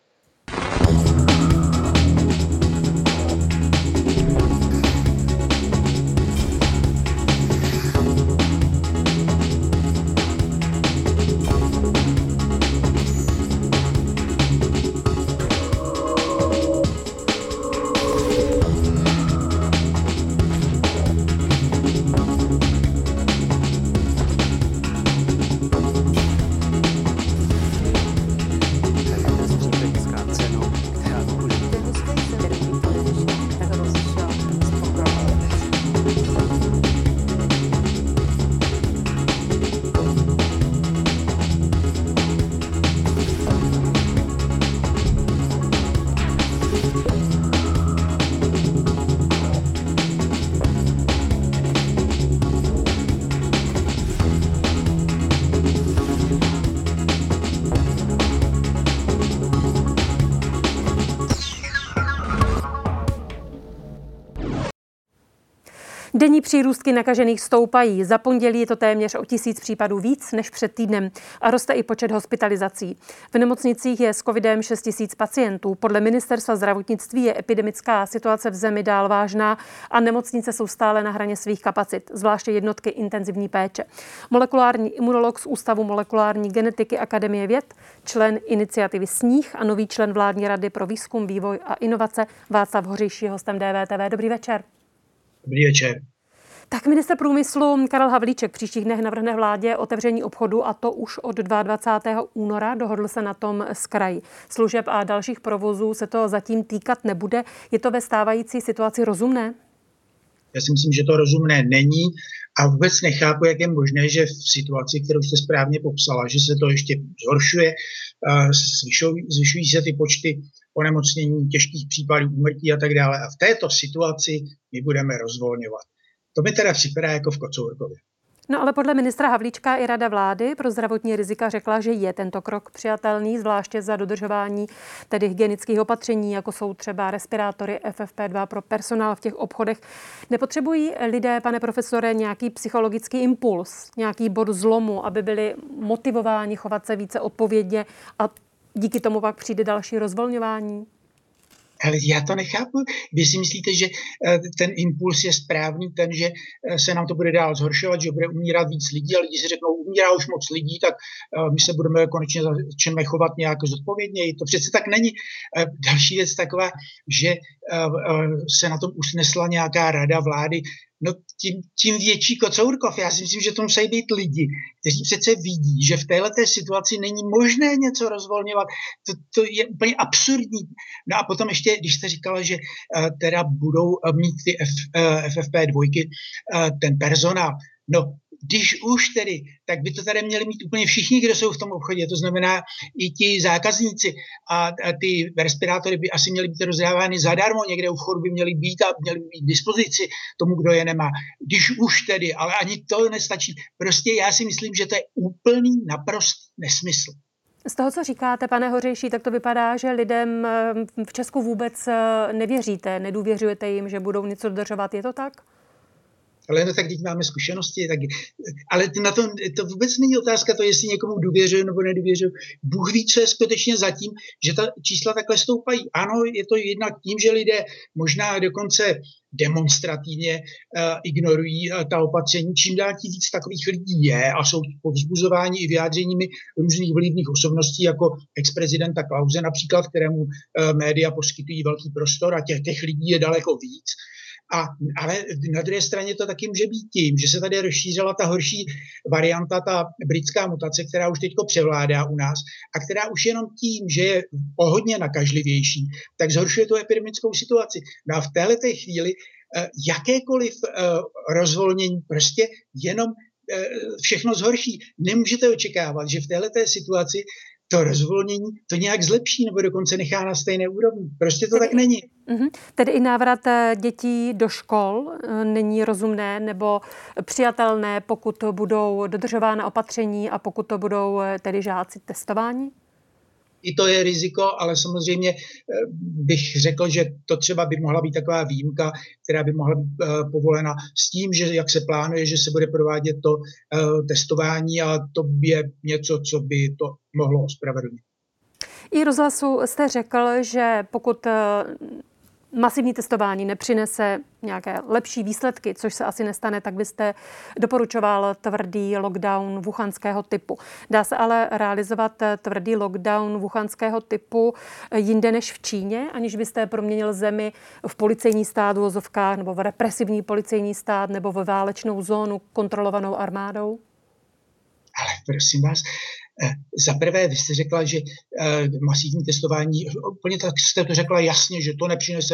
Denní přírůstky nakažených stoupají. Za pondělí je to téměř o tisíc případů víc než před týdnem a roste i počet hospitalizací. V nemocnicích je s covidem šest tisíc pacientů. Podle ministerstva zdravotnictví je epidemická situace v zemi dál vážná a nemocnice jsou stále na hraně svých kapacit, zvláště jednotky intenzivní péče. Molekulární imunolog z Ústavu molekulární genetiky Akademie věd, člen iniciativy Sníh a nový člen vládní rady pro výzkum, vývoj a inovace Václav Hořejší je hostem D V T V. Dobrý večer. Dobrý večer. Tak ministr průmyslu Karel Havlíček v příštích dnech navrhne vládě otevření obchodu, a to už od dvacátého druhého února. Dohodl se na tom s kraji. Služeb a dalších provozů se to zatím týkat nebude. Je to ve stávající situaci rozumné? Já si myslím, že to rozumné není a vůbec nechápu, jak je možné, že v situaci, kterou jste správně popsala, že se to ještě zhoršuje, zvyšují, zvyšují se ty počty onemocnění, těžkých případů, úmrtí a tak dále. A v této situaci my budeme rozvolňovat. To mi teda připadá jako v Kocourkově. No ale podle ministra Havlíčka i Rada vlády pro zdravotní rizika řekla, že je tento krok přijatelný, zvláště za dodržování tedy hygienických opatření, jako jsou třeba respirátory F F P dva pro personál v těch obchodech. Nepotřebují lidé, pane profesore, nějaký psychologický impuls, nějaký bod zlomu, aby byli motivováni chovat se více odpovědně a díky tomu pak přijde další rozvolňování? Ale já to nechápu. Vy si myslíte, že ten impuls je správný, ten, že se nám to bude dál zhoršovat, že bude umírat víc lidí a lidi si řeknou, umírá už moc lidí, tak my se budeme konečně začneme chovat nějak zodpovědněji. To přece tak není. Další věc taková, že se na tom usnesla nějaká rada vlády. No tím, tím větší Kocourkov. Já si myslím, že to musí být lidi, kteří přece vidí, že v téhleté situaci není možné něco rozvolňovat. To, to je úplně absurdní. No a potom ještě, když jste říkala, že uh, teda budou uh, mít ty F, uh, F F P dva, uh, ten personál, no když už tedy, tak by to tady měli mít úplně všichni, kdo jsou v tom obchodě, to znamená i ti zákazníci a, a ty respirátory by asi měly být rozdávány zadarmo, někde u vchodu by měly být a měly být k dispozici tomu, kdo je nemá. Když už tedy, ale ani to nestačí. Prostě já si myslím, že to je úplný naprostý nesmysl. Z toho, co říkáte, pane Hořejší, tak to vypadá, že lidem v Česku vůbec nevěříte, nedůvěřujete jim, že budou něco dodržovat. Je to tak? Ale no tak teď máme zkušenosti, tak, ale na to, to vůbec není otázka to, jestli někomu důvěřuju nebo nedůvěřuju. Bůh ví, co je skutečně zatím, že ta čísla takhle stoupají. Ano, je to jednak tím, že lidé možná dokonce demonstrativně uh, ignorují uh, ta opatření. Čím dál tím víc takových lidí je a jsou povzbuzováni i vyjádřeními různých vlivných osobností, jako ex-prezidenta Klause například, kterému uh, média poskytují velký prostor a těch, těch lidí je daleko víc. A, ale na druhé straně to taky může být tím, že se tady rozšířila ta horší varianta, ta britská mutace, která už teďko převládá u nás a která už jenom tím, že je pohodně nakažlivější, tak zhoršuje tu epidemickou situaci. No a v téhleté chvíli jakékoliv rozvolnění prostě jenom všechno zhorší. Nemůžete očekávat, že v této situaci to rozvolnění to nějak zlepší nebo dokonce nechá na stejné úrovni. Prostě to tedy, tak není. Uh-huh. Tedy i návrat dětí do škol není rozumné nebo přijatelné, pokud budou dodržována opatření a pokud to budou tedy žáci testováni? I to je riziko, ale samozřejmě bych řekl, že to třeba by mohla být taková výjimka, která by mohla být povolena s tím, že jak se plánuje, že se bude provádět to testování a to je něco, co by to mohlo ospravedlnit. I rozhlasu jste řekl, že pokud masivní testování nepřinese nějaké lepší výsledky, což se asi nestane, tak byste doporučoval tvrdý lockdown wuhanského typu. Dá se ale realizovat tvrdý lockdown wuhanského typu jinde než v Číně, aniž byste proměnil zemi v policejní stát v uvozovkách nebo v represivní policejní stát nebo ve válečnou zónu kontrolovanou armádou? Ale prosím vás, za prvé, vy jste řekla, že masivní testování, úplně tak jste to řekla jasně, že to nepřinese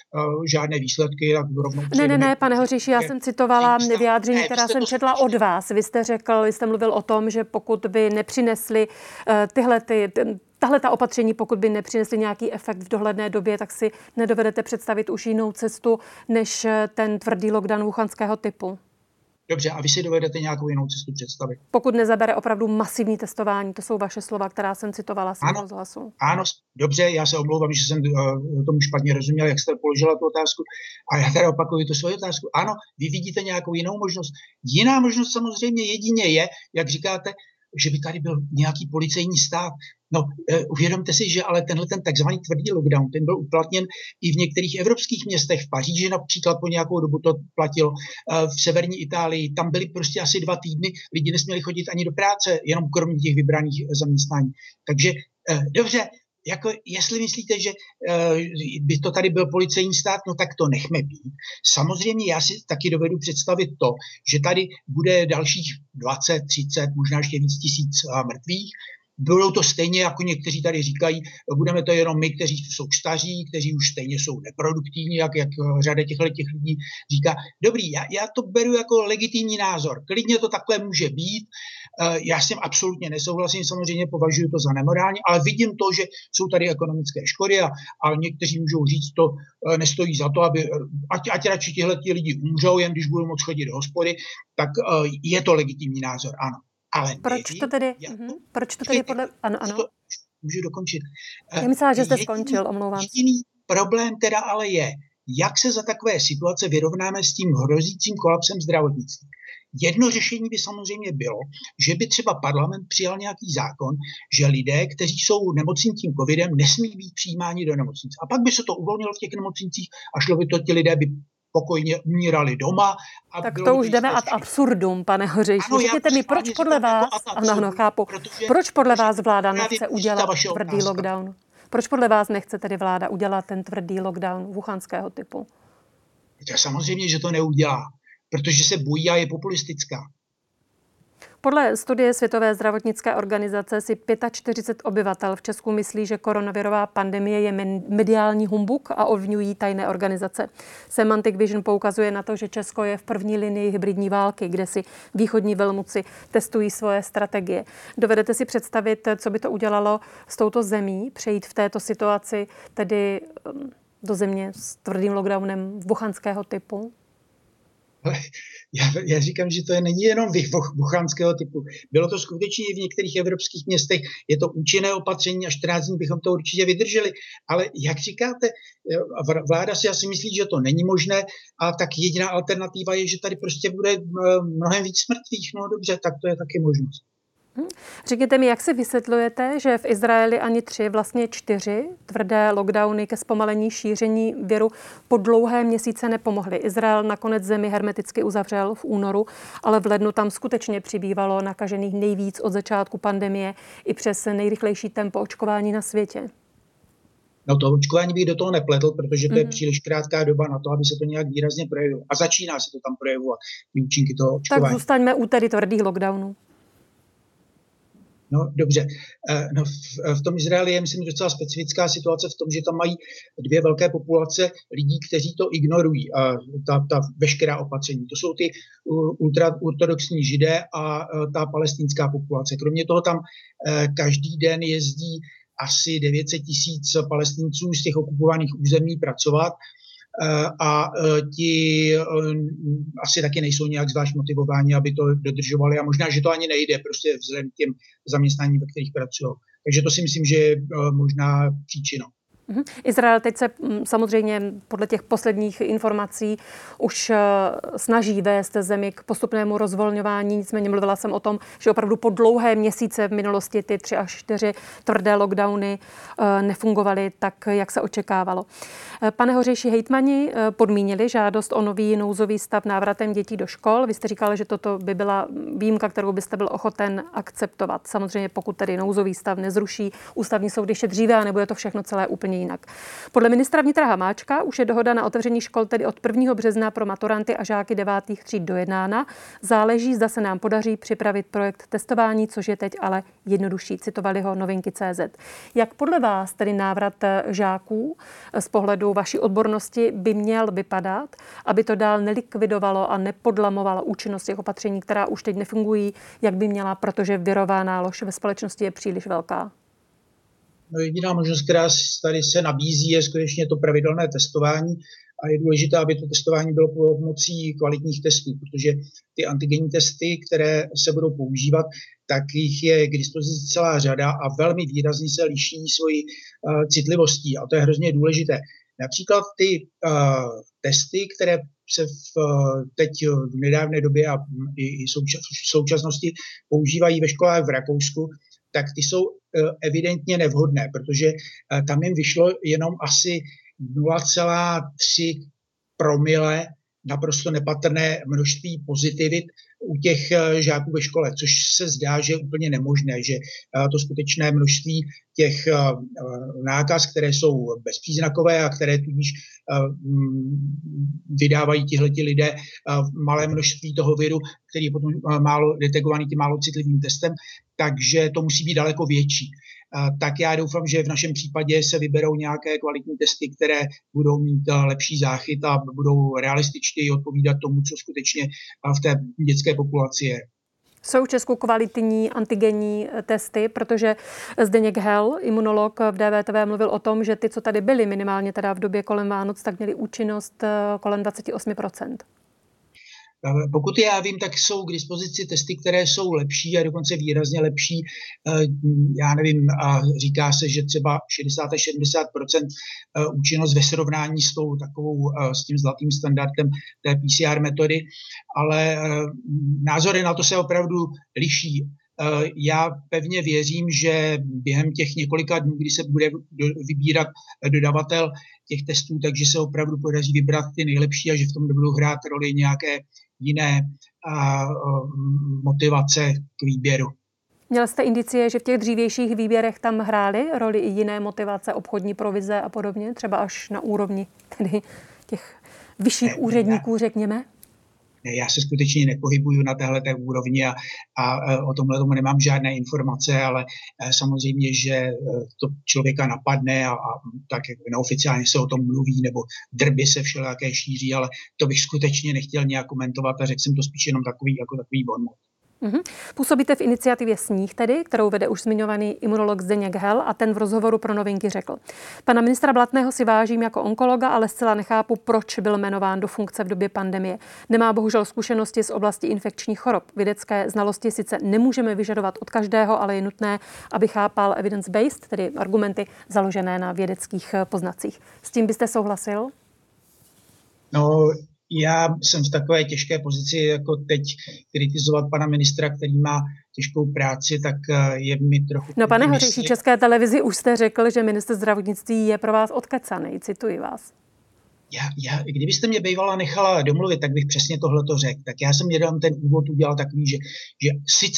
žádné výsledky. A rovnou ne, ne, ne, pane Hoříši, já jsem citovala vyjádření, která jsem četla od vás. Vy jste řekl, vy jste mluvil o tom, že pokud by nepřinesli tyhle ty... Tahle ta opatření, pokud by nepřinesly nějaký efekt v dohledné době, tak si nedovedete představit už jinou cestu, než ten tvrdý lockdown wuhanského typu. Dobře, a vy si dovedete nějakou jinou cestu představit? Pokud nezabere opravdu masivní testování, to jsou vaše slova, která jsem citovala z rozhlasu. Ano, dobře, já se omlouvám, že jsem uh, tomu špatně rozuměl, jak jste položila tu otázku. A já tady opakuju tu svoji otázku. Ano, vy vidíte nějakou jinou možnost. Jiná možnost samozřejmě jedině je, jak říkáte, že by tady byl nějaký policejní stát. No, uh, uvědomte si, že ale tenhle ten takzvaný tvrdý lockdown, ten byl uplatněn i v některých evropských městech. V Paříži například po nějakou dobu to platilo, uh, v severní Itálii. Tam byly prostě asi dva týdny, lidi nesměli chodit ani do práce, jenom kromě těch vybraných zaměstnání. Takže uh, dobře, jako jestli myslíte, že uh, by to tady byl policejní stát, no tak to nechme být. Samozřejmě já si taky dovedu představit to, že tady bude dalších dvacet, třicet, možná ještě víc tisíc uh, mrtvých. Budou to stejně, jako někteří tady říkají, budeme to jenom my, kteří jsou staří, kteří už stejně jsou neproduktivní, jak, jak řada těchto těch lidí říká. Dobrý, já, já to beru jako legitimní názor. Klidně to takhle může být. Já s tím absolutně nesouhlasím, samozřejmě považuji to za nemorální, ale vidím to, že jsou tady ekonomické škody a, a někteří můžou říct, to nestojí za to, aby, ať, ať radši tihle lidi umřou, jen když budou moc chodit do hospody, tak je to legitimní názor, ano. Ale proč to tedy, já, uh-huh. proč to tedy podle... Ano, ano. To, můžu dokončit. Já myslela, že jste jediný, skončil, omlouvám se. Jediný problém teda ale je, jak se za takové situace vyrovnáme s tím hrozícím kolapsem zdravotnictví. Jedno řešení by samozřejmě bylo, že by třeba parlament přijal nějaký zákon, že lidé, kteří jsou nemocní tím covidem, nesmí být přijímáni do nemocnic. A pak by se to uvolnilo v těch nemocnicích a šlo by to, ti lidé by pokojně umírali doma. A tak to už jdeme ad absurdum, pane Hořejší. Řekněte mi, proč podle vás, ano, ano, chápu, proč podle vás vláda nechce udělat tvrdý lockdown? Proč podle vás nechce tedy vláda udělat ten tvrdý lockdown wuhanského typu? To samozřejmě, že to neudělá, protože se bojí a je populistická. Podle studie Světové zdravotnické organizace si čtyřicet pět obyvatel v Česku myslí, že koronavirová pandemie je mediální humbuk a ovlivňují tajné organizace. Semantic Vision poukazuje na to, že Česko je v první linii hybridní války, kde si východní velmoci testují svoje strategie. Dovedete si představit, co by to udělalo s touto zemí, přejít v této situaci tedy do země s tvrdým lockdownem wuhanského typu? Já, já říkám, že to je, není jenom wuhanského typu. Bylo to skutečně i v některých evropských městech. Je to účinné opatření a čtrnáct dní bychom to určitě vydrželi. Ale jak říkáte, vláda si asi myslí, že to není možné a tak jediná alternativa je, že tady prostě bude mnohem víc mrtvých. No dobře, tak to je taky možnost. Řekněte mi, jak si vysvětlujete, že v Izraeli ani tři, vlastně čtyři tvrdé lockdowny ke zpomalení šíření viru po dlouhé měsíce nepomohly. Izrael nakonec zemi hermeticky uzavřel v únoru, ale v lednu tam skutečně přibývalo nakažených nejvíc od začátku pandemie i přes nejrychlejší tempo očkování na světě. No to očkování bych do toho nepletl, protože to je mm. příliš krátká doba na to, aby se to nějak výrazně projevilo. A začíná se to tam projevovat, ty účinky toho očkování. Tak zůstaňme u tedy tvrdých lockdownů. No dobře, no, v, v tom Izraeli je, myslím, docela specifická situace v tom, že tam mají dvě velké populace lidí, kteří to ignorují, a ta, ta veškerá opatření. To jsou ty ultraortodoxní židé a ta palestinská populace. Kromě toho tam každý den jezdí asi devět set tisíc Palestinců z těch okupovaných území pracovat, a ti asi taky nejsou nějak zvlášť motivováni, aby to dodržovali, a možná, že to ani nejde, prostě vzhledem k těm zaměstnáním, ve kterých pracují. Takže to si myslím, že je možná příčinou. Izrael teď se samozřejmě podle těch posledních informací už snaží vést zemi k postupnému rozvolňování. Nicméně mluvila jsem o tom, že opravdu po dlouhé měsíce v minulosti ty tři až čtyři tvrdé lockdowny nefungovaly tak, jak se očekávalo. Pane Hořejší, hejtmani podmínili žádost o nový nouzový stav návratem dětí do škol. Vy jste říkali, že toto by byla výjimka, kterou byste byl ochoten akceptovat. Samozřejmě pokud tedy nouzový stav nezruší ústavní soud ještě dříve a nebude to všechno celé úplně jinak. Podle ministra vnitra Hamáčka už je dohoda na otevření škol tedy od prvního března pro maturanty a žáky devátých tříd dojednána. Záleží, zda se nám podaří připravit projekt testování, což je teď ale jednodušší. Citovali ho Novinky tečka cé zet. Jak podle vás tedy návrat žáků z pohledu vaší odbornosti by měl vypadat, aby to dál nelikvidovalo a nepodlamovalo účinnost těch opatření, která už teď nefungují, jak by měla, protože virová nálož ve společnosti je příliš velká? No, jediná možnost, která tady se nabízí, je skutečně to pravidelné testování, a je důležité, aby to testování bylo pomocí kvalitních testů, protože ty antigenní testy, které se budou používat, tak jich je k dispozici celá řada a velmi výrazně se liší svojí uh, citlivostí, a to je hrozně důležité. Například ty uh, testy, které se v, uh, teď v nedávné době a i, i součas, v současnosti používají ve školách v Rakousku, tak ty jsou uh, evidentně nevhodné, protože uh, tam jim vyšlo jenom asi nula celá tři promile naprosto nepatrné množství pozitivit u těch žáků ve škole, což se zdá, že je úplně nemožné, že to skutečné množství těch nákaz, které jsou bezpříznakové a které tudíž vydávají tihleti lidé malé množství toho viru, který je potom málo detekovaný tím málo citlivým testem, takže to musí být daleko větší. Tak já doufám, že v našem případě se vyberou nějaké kvalitní testy, které budou mít lepší záchyt a budou realističtěji odpovídat tomu, co skutečně v té dětské populaci je. Jsou v Česku kvalitní antigenní testy, protože Zdeněk Hel, imunolog v D V T V, mluvil o tom, že ty, co tady byly minimálně teda v době kolem Vánoc, tak měly účinnost kolem dvacet osm procent. Pokud já vím, tak jsou k dispozici testy, které jsou lepší a dokonce výrazně lepší. Já nevím, říká se, že třeba šedesát až sedmdesát procent účinnost ve srovnání s tou takovou, s tím zlatým standardem té P C R metody, ale názory na to se opravdu liší. Já pevně věřím, že během těch několika dnů, kdy se bude vybírat dodavatel těch testů, takže se opravdu podaří vybrat ty nejlepší a že v tom budou hrát roli nějaké jiné a, motivace k výběru. Měl jste indicie, že v těch dřívějších výběrech tam hrály roli i jiné motivace, obchodní provize a podobně, třeba až na úrovni tedy těch vyšších ne, úředníků, ne. řekněme? Ne, já se skutečně nepohybuju na téhleté úrovni a, a o tomhle tomu nemám žádné informace, ale samozřejmě, že to člověka napadne a, a tak neoficiálně se o tom mluví, nebo drby se všelijaké šíří, ale to bych skutečně nechtěl nějak komentovat a řekl jsem to spíš jenom takový, jako takový bonmot. Mm-hmm. Působíte v iniciativě Sníh tedy, kterou vede už zmiňovaný imunolog Zdeněk Hel, a ten v rozhovoru pro Novinky řekl: Pana ministra Blatného si vážím jako onkologa, ale zcela nechápu, proč byl jmenován do funkce v době pandemie. Nemá bohužel zkušenosti z oblasti infekčních chorob. Vědecké znalosti sice nemůžeme vyžadovat od každého, ale je nutné, aby chápal evidence-based, tedy argumenty založené na vědeckých poznacích. S tím byste souhlasil? No, já jsem v takové těžké pozici, jako teď kritizovat pana ministra, který má těžkou práci, tak je mi trochu... No, pane Hořejší, České televizi už jste řekl, že ministr zdravotnictví je pro vás odkecaný. Cituji vás. Já, já, kdybyste mě bývala nechala domluvit, tak bych přesně tohleto řekl. Tak já jsem jenom ten úvod udělal takový, že, že sice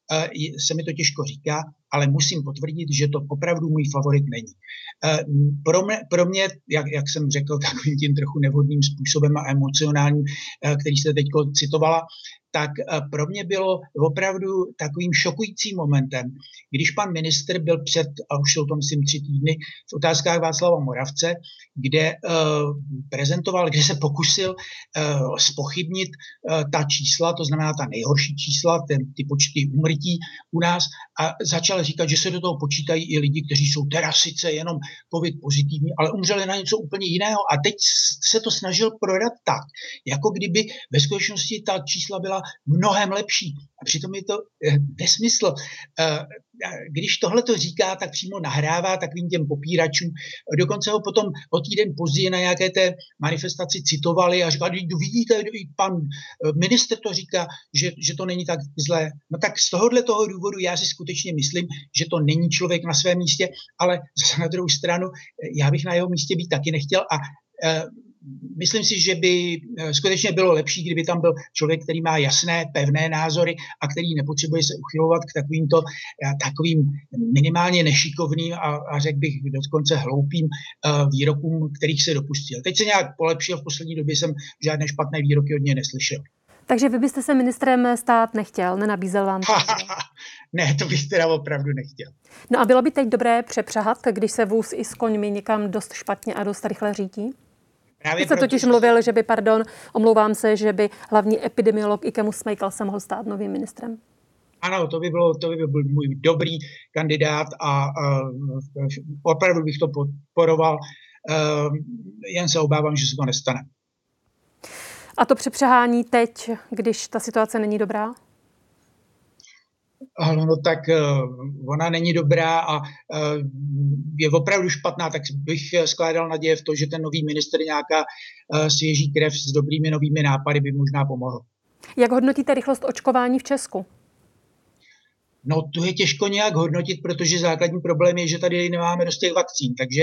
se mi to těžko říká, ale musím potvrdit, že to opravdu můj favorit není. Pro mě, pro mě jak, jak jsem řekl, takovým tím trochu nevhodným způsobem a emocionálním, který jste teď citovala, tak pro mě bylo opravdu takovým šokujícím momentem, když pan ministr byl před, a už jsou to myslím tři týdny, v Otázkách Václava Moravce, kde uh, prezentoval, kde se pokusil uh, zpochybnit uh, ta čísla, to znamená ta nejhorší čísla, ten, ty počty úmrtí u nás a začal říkat, že se do toho počítají i lidi, kteří jsou teda sice jenom covid pozitivní, ale umřeli na něco úplně jiného a teď se to snažil prodat tak, jako kdyby ve skutečnosti ta čísla byla mnohem lepší. A přitom je to eh, nesmysl. Eh, když tohle to říká, tak přímo nahrává takovým těm popíračům. Dokonce ho potom o týden později na nějaké té manifestaci citovali a říkali, vidíte, pan ministr to říká, že, že to není tak zlé. No tak z tohohle toho důvodu já si skutečně myslím, že to není člověk na svém místě, ale zase na druhou stranu já bych na jeho místě být taky nechtěl a eh, myslím si, že by skutečně bylo lepší, kdyby tam byl člověk, který má jasné, pevné názory a který nepotřebuje se uchylovat k takovýmto takovým minimálně nešikovným a, a řekl bych dokonce hloupým uh, výrokům, kterých se dopustil. Teď se nějak polepšil, v poslední době jsem žádné špatné výroky od něj neslyšel. Takže vy byste se ministrem stát nechtěl, nenabízel vám to? Ne, to bych teda opravdu nechtěl. No a bylo by teď dobré přepřahat, když se vůz i s koňmi někam dost špatně a dost rychle řídí? Právě jste totiž mluvil, že by, pardon, omlouvám se, že by hlavní epidemiolog Ikemus Smejkal se mohl stát novým ministrem. Ano, to by, bylo, to by byl můj dobrý kandidát a uh, opravdu bych to podporoval, uh, jen se obávám, že se to nestane. A to přepřehání teď, když ta situace není dobrá? No tak uh, ona není dobrá a uh, je opravdu špatná, tak bych skládal naděje v to, že ten nový ministr nějaká uh, svěží krev s dobrými novými nápady by možná pomohl. Jak hodnotíte rychlost očkování v Česku? No to je těžko nějak hodnotit, protože základní problém je, že tady nemáme dost těch vakcín, takže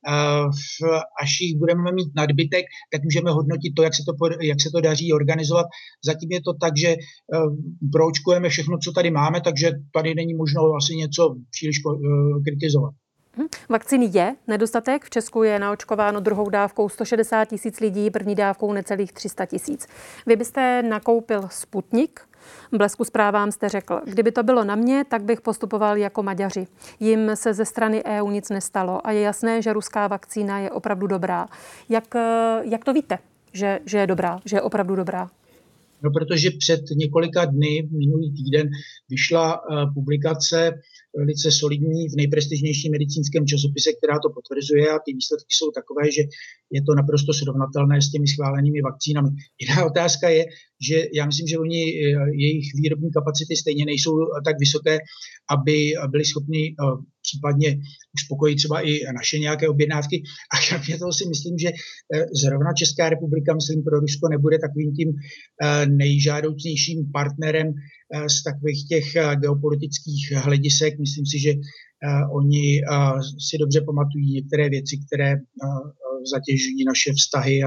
uh, až jich budeme mít nadbytek, tak můžeme hodnotit to, jak se to, jak se to daří organizovat. Zatím je to tak, že uh, proočkujeme všechno, co tady máme, takže tady není možno asi něco příliš uh, kritizovat. Vakcíny je nedostatek. V Česku je naočkováno druhou dávkou sto šedesát tisíc lidí, první dávkou necelých tři sta tisíc. Vy byste nakoupil Sputnik? Blesku zprávám jste řekl, kdyby to bylo na mě, tak bych postupoval jako Maďaři. Jim se ze strany E U nic nestalo a je jasné, že ruská vakcína je opravdu dobrá. Jak, jak to víte, že, že je dobrá, že je opravdu dobrá? No, protože před několika dny, minulý týden, vyšla uh, publikace velice solidní v nejprestižnějším medicínském časopise, která to potvrzuje a ty výsledky jsou takové, že je to naprosto srovnatelné s těmi schválenými vakcínami. Jiná otázka je, že já myslím, že oni, jejich výrobní kapacity stejně nejsou tak vysoké, aby byli schopni uh, případně uspokojit třeba i naše nějaké objednávky. A kromě toho si myslím, že zrovna Česká republika, myslím, pro Rusko nebude takovým tím nejžádoucnějším partnerem z takových těch geopolitických hledisek. Myslím si, že oni si dobře pamatují některé věci, které zatěžují naše vztahy a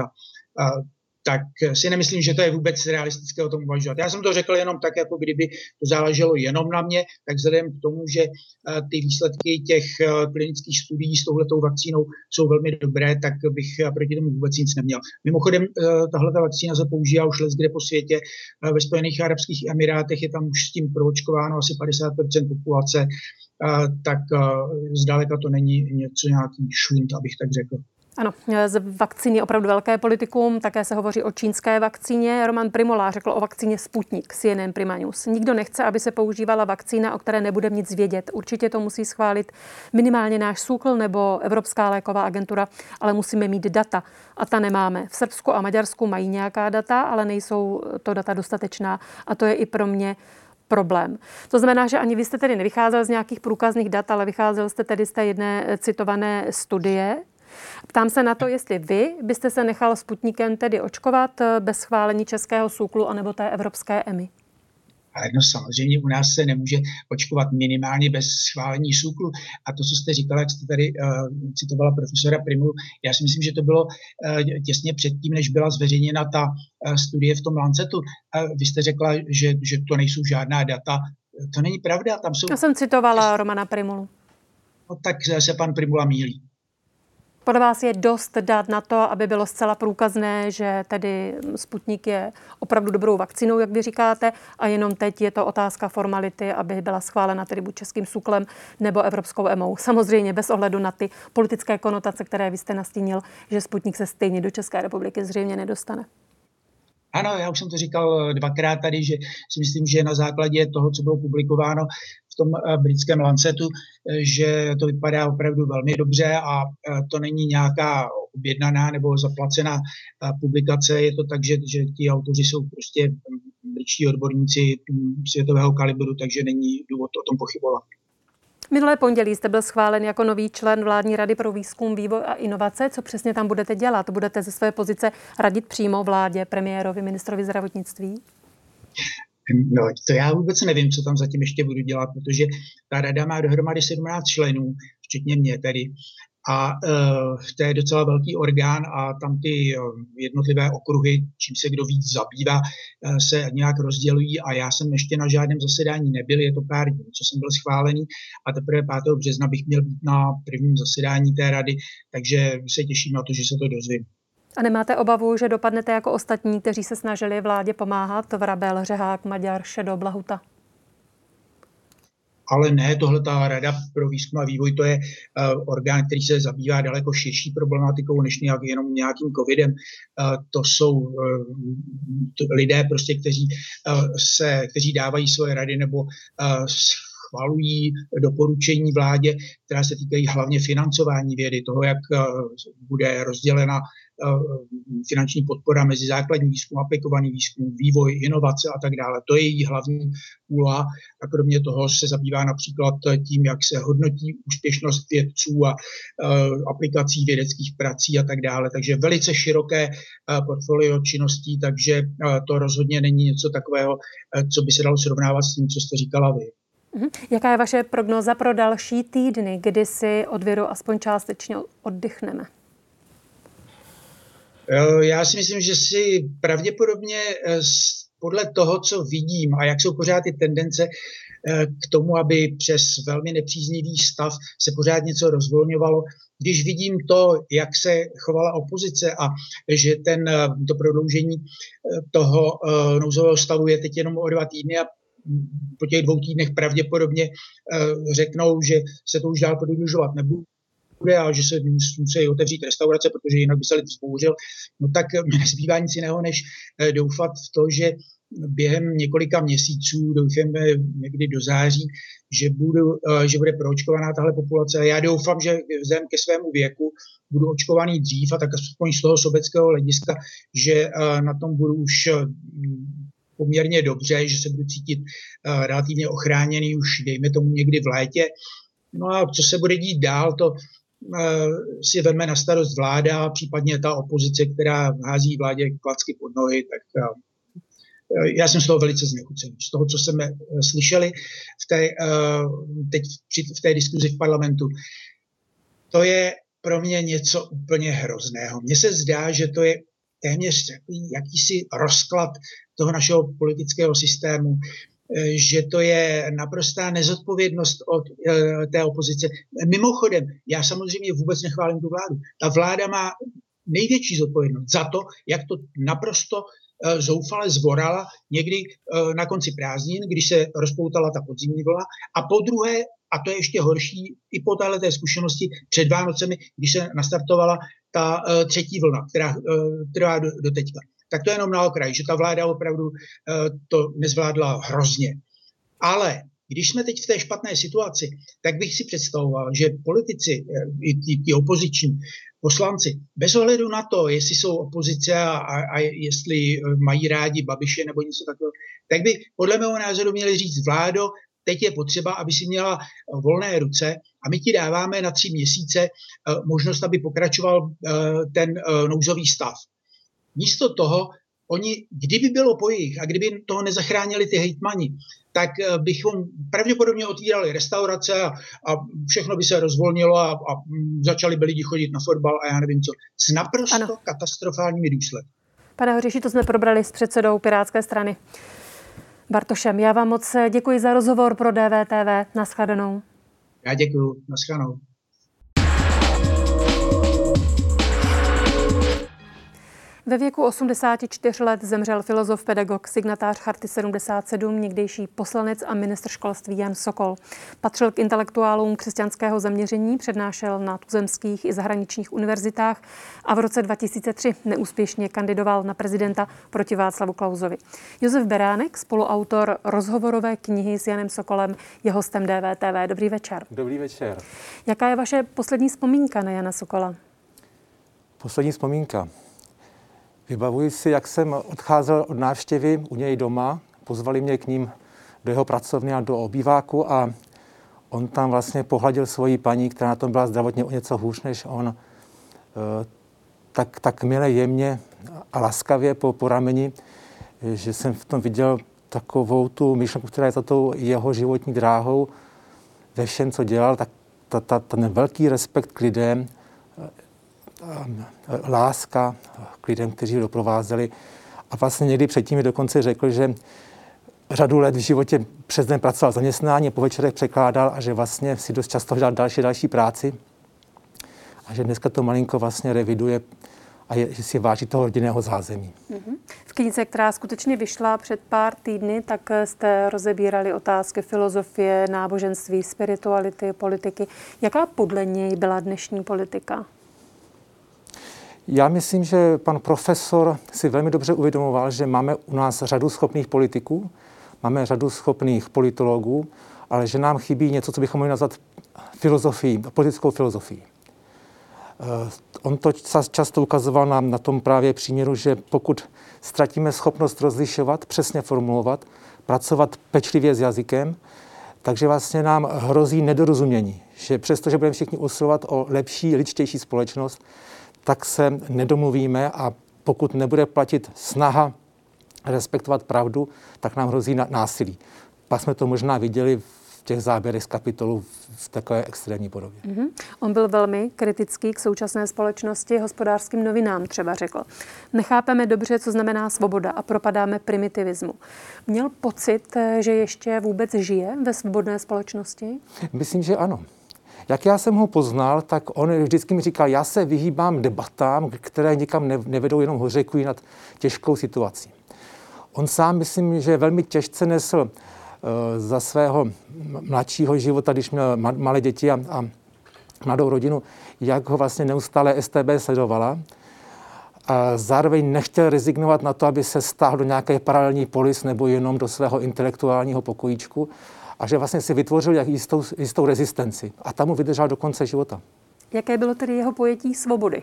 tak si nemyslím, že to je vůbec realistické o tom uvažovat. Já jsem to řekl jenom tak, jako kdyby to záleželo jenom na mě, tak vzhledem k tomu, že ty výsledky těch klinických studií s touhletou vakcínou jsou velmi dobré, tak bych proti tomu vůbec nic neměl. Mimochodem, tahleta vakcína se používá už leckde po světě. Ve Spojených arabských emirátech je tam už s tím proočkováno asi padesát procent populace, tak zdaleka to není něco nějaký šunt, abych tak řekl. Ano, z vakcíny je opravdu velké politikum, také se hovoří o čínské vakcíně. Roman Primola řekl o vakcíně Sputnik, C N N Prima News. Nikdo nechce, aby se používala vakcína, o které nebudeme nic vědět. Určitě to musí schválit minimálně náš SÚKL nebo Evropská léková agentura, ale musíme mít data a ta nemáme. V Srbsku a Maďarsku mají nějaká data, ale nejsou to data dostatečná a to je i pro mě problém. To znamená, že ani vy jste tedy nevycházel z nějakých průkazných dat, ale vycházel jste tedy z té jedné citované studie. Ptám se na to, jestli vy byste se nechal Sputnikem tedy očkovat bez schválení českého SÚKLu anebo té evropské E M I. Ale no samozřejmě u nás se nemůže očkovat minimálně bez schválení SÚKLu. A to, co jste říkala, jak jste tady uh, citovala profesora Primulu, já si myslím, že to bylo uh, těsně předtím, než byla zveřejněna ta uh, studie v tom Lancetu. Uh, vy jste řekla, že, že to nejsou žádná data. To není pravda. Tam jsou... Já jsem citovala Romana Prymulu. No, tak se pan Prymula mýlí. Podle vás je dost dát na to, aby bylo zcela průkazné, že tedy Sputnik je opravdu dobrou vakcínou, jak vy říkáte, a jenom teď je to otázka formality, aby byla schválena tedy buď českým SÚKLem nebo Evropskou E M A. Samozřejmě bez ohledu na ty politické konotace, které vy jste nastínil, že Sputnik se stejně do České republiky zřejmě nedostane. Ano, já už jsem to říkal dvakrát tady, že si myslím, že na základě toho, co bylo publikováno v tom britském Lancetu, že to vypadá opravdu velmi dobře a to není nějaká objednaná nebo zaplacená publikace. Je to tak, že, že ti autoři jsou prostě britští odborníci světového kalibru, takže není důvod o tom pochybovat. Minulé pondělí jste byl schválen jako nový člen vládní rady pro výzkum, vývoj a inovace. Co přesně tam budete dělat? Budete ze své pozice radit přímo vládě, premiérovi, ministrovi zdravotnictví? No, to já vůbec nevím, co tam zatím ještě budu dělat, protože ta rada má dohromady sedmnáct členů, včetně mě tedy. A uh, to je docela velký orgán a tam ty uh, jednotlivé okruhy, čím se kdo víc zabývá, uh, se nějak rozdělují a já jsem ještě na žádném zasedání nebyl, je to pár dní, co jsem byl schválený a teprve pátého března bych měl být na prvním zasedání té rady, takže se těším na to, že se to dozvím. A nemáte obavu, že dopadnete jako ostatní, kteří se snažili vládě pomáhat, Vrabel, Řehák, Maďar, Šedo, Blahuta? Ale ne, tohle ta Rada pro výzkum a vývoj, to je uh, orgán, který se zabývá daleko širší problematikou, než nějak, jenom nějakým covidem. Uh, to jsou uh, to lidé, prostě, kteří, uh, se, kteří dávají svoje rady nebo uh, schvalují doporučení vládě, která se týkají hlavně financování vědy, toho, jak uh, bude rozdělena finanční podpora mezi základní výzkum, aplikovaný výzkum, vývoj, inovace a tak dále. To je její hlavní úloha a kromě toho se zabývá například tím, jak se hodnotí úspěšnost vědců a uh, aplikací vědeckých prací a tak dále. Takže velice široké uh, portfolio činností, takže uh, to rozhodně není něco takového, uh, co by se dalo srovnávat s tím, co jste říkala vy. Jaká je vaše prognoza pro další týdny, kdy si od viru aspoň částečně oddychneme? Já si myslím, že si pravděpodobně podle toho, co vidím a jak jsou pořád ty tendence k tomu, aby přes velmi nepříznivý stav se pořád něco rozvolňovalo, když vidím to, jak se chovala opozice a že ten, to prodloužení toho nouzového stavu je teď jenom o dva týdny a po těch dvou týdnech pravděpodobně řeknou, že se to už dál prodlužovat nebude, a že se musí otevřít restaurace, protože jinak by se lid vzbouřil, no tak mi nezbývá nic jiného, než doufat v to, že během několika měsíců, doufáme někdy do září, že, budu, že bude proočkovaná tahle populace. A já doufám, že vzhledem ke svému věku budu očkovaný dřív a tak aspoň z toho sobeckého hlediska, že na tom budu už poměrně dobře, že se budu cítit relativně ochráněný už, dejme tomu, někdy v létě. No a co se bude dít dál, to si vezme na starost vláda, případně ta opozice, která hází vládě klacky pod nohy, tak já jsem z toho velice znechucený. Z toho, co jsme slyšeli v té, teď v té diskuzi v parlamentu, to je pro mě něco úplně hrozného. Mně se zdá, že to je téměř jakýsi rozklad toho našeho politického systému, že to je naprostá nezodpovědnost od e, té opozice. Mimochodem, já samozřejmě vůbec nechválím tu vládu. Ta vláda má největší zodpovědnost za to, jak to naprosto e, zoufale zvorala někdy e, na konci prázdnin, když se rozpoutala ta podzimní vlna. A po druhé, a to je ještě horší, i po této zkušenosti před Vánocemi, když se nastartovala ta e, třetí vlna, která e, trvá do, do teďka. Tak to je jenom na okraj, že ta vláda opravdu uh, to nezvládla hrozně. Ale když jsme teď v té špatné situaci, tak bych si představoval, že politici, i ti, ti opoziční poslanci, bez ohledu na to, jestli jsou opozice a, a, a jestli mají rádi Babiše nebo něco takového, tak by podle mého názoru měli říct: vládo, teď je potřeba, aby si měla volné ruce a my ti dáváme na tři měsíce uh, možnost, aby pokračoval uh, ten uh, nouzový stav. Místo toho, oni, kdyby bylo po jich a kdyby toho nezachránili ty hejtmani, tak bychom pravděpodobně otvírali restaurace a, a všechno by se rozvolnilo a, a začali by lidi chodit na fotbal a já nevím co. S naprosto ano. katastrofálními důsledky. Pane Hoříši, to jsme probrali s předsedou Pirátské strany. Bartošem. Já vám moc děkuji za rozhovor pro D V T V. Naschledanou. Já děkuji. Naschledanou. Ve věku osmdesáti čtyř let zemřel filozof, pedagog, signatář Charty sedmdesát sedm, někdejší poslanec a ministr školství Jan Sokol. Patřil k intelektuálům křesťanského zaměření, přednášel na tuzemských i zahraničních univerzitách a v roce dva tisíce tři neúspěšně kandidoval na prezidenta proti Václavu Klausovi. Josef Beránek, spoluautor rozhovorové knihy s Janem Sokolem, je hostem D V T V. Dobrý večer. Dobrý večer. Jaká je vaše poslední vzpomínka na Jana Sokola? Poslední vzpomínka. Vybavuji si, jak jsem odcházel od návštěvy u něj doma. Pozvali mě k ním do jeho pracovny a do obýváku a on tam vlastně pohladil svoji paní, která na tom byla zdravotně o něco hůř než on. Tak, tak milé, jemně a laskavě po, po rameni, že jsem v tom viděl takovou tu myšlenku, která je za tou jeho životní dráhou ve všem, co dělal, tak ta, ta, ten velký respekt k lidem, láska k lidem, kteří ho doprovázeli. A vlastně někdy předtím mi dokonce řekl, že řadu let v životě přes den pracoval v zaměstnání, po večerech překládal a že vlastně si dost často hledal další další práci. A že dneska to malinko vlastně reviduje a je, že si váží toho rodinného zázemí. V knize, která skutečně vyšla před pár týdny, tak jste rozebírali otázky filozofie, náboženství, spirituality, politiky. Jaká podle něj byla dnešní politika? Já myslím, že pan profesor si velmi dobře uvědomoval, že máme u nás řadu schopných politiků, máme řadu schopných politologů, ale že nám chybí něco, co bychom mohli nazvat filozofií, politickou filozofií. On to často ukazoval nám na tom právě příměru, že pokud ztratíme schopnost rozlišovat, přesně formulovat, pracovat pečlivě s jazykem, takže vlastně nám hrozí nedorozumění, že přestože budeme všichni usilovat o lepší, lidštější společnost, tak se nedomluvíme a pokud nebude platit snaha respektovat pravdu, tak nám hrozí násilí. Pak jsme to možná viděli v těch záběrech z kapitolu v takové extrémní podobě. Mm-hmm. On byl velmi kritický k současné společnosti, hospodářským novinám třeba řekl. Nechápeme dobře, co znamená svoboda a propadáme primitivismu. Měl pocit, že ještě vůbec žije ve svobodné společnosti? Myslím, že ano. Jak já jsem ho poznal, tak on vždycky mi říkal, já se vyhýbám debatám, které nikam nevedou, jenom hořekují nad těžkou situací. On sám, myslím, že velmi těžce nesl uh, za svého mladšího života, když měl malé děti a, a mladou rodinu, jak ho vlastně neustále S T B sledovala. A zároveň nechtěl rezignovat na to, aby se stáhl do nějaké paralelní polis nebo jenom do svého intelektuálního pokojíčku. A že vlastně si vytvořil jak jistou, jistou rezistenci. A tam mu vydržel do konce života. Jaké bylo tedy jeho pojetí svobody?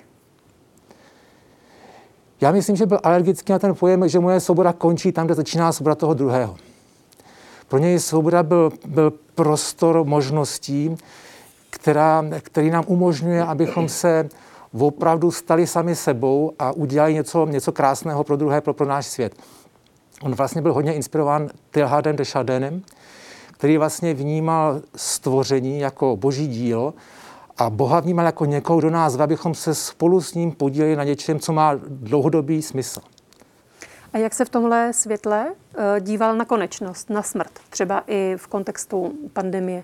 Já myslím, že byl alergický na ten pojem, že moje svoboda končí tam, kde začíná svoboda toho druhého. Pro něj svoboda byl, byl prostor možností, která, který nám umožňuje, abychom se opravdu stali sami sebou a udělali něco, něco krásného pro druhé, pro, pro náš svět. On vlastně byl hodně inspirován Teilhardem de Chardinem, který vlastně vnímal stvoření jako boží dílo a Boha vnímal jako někoho, kdo nás zve, abychom se spolu s ním podíleli na něčem, co má dlouhodobý smysl. A jak se v tomhle světle díval na konečnost, na smrt, třeba i v kontextu pandemie?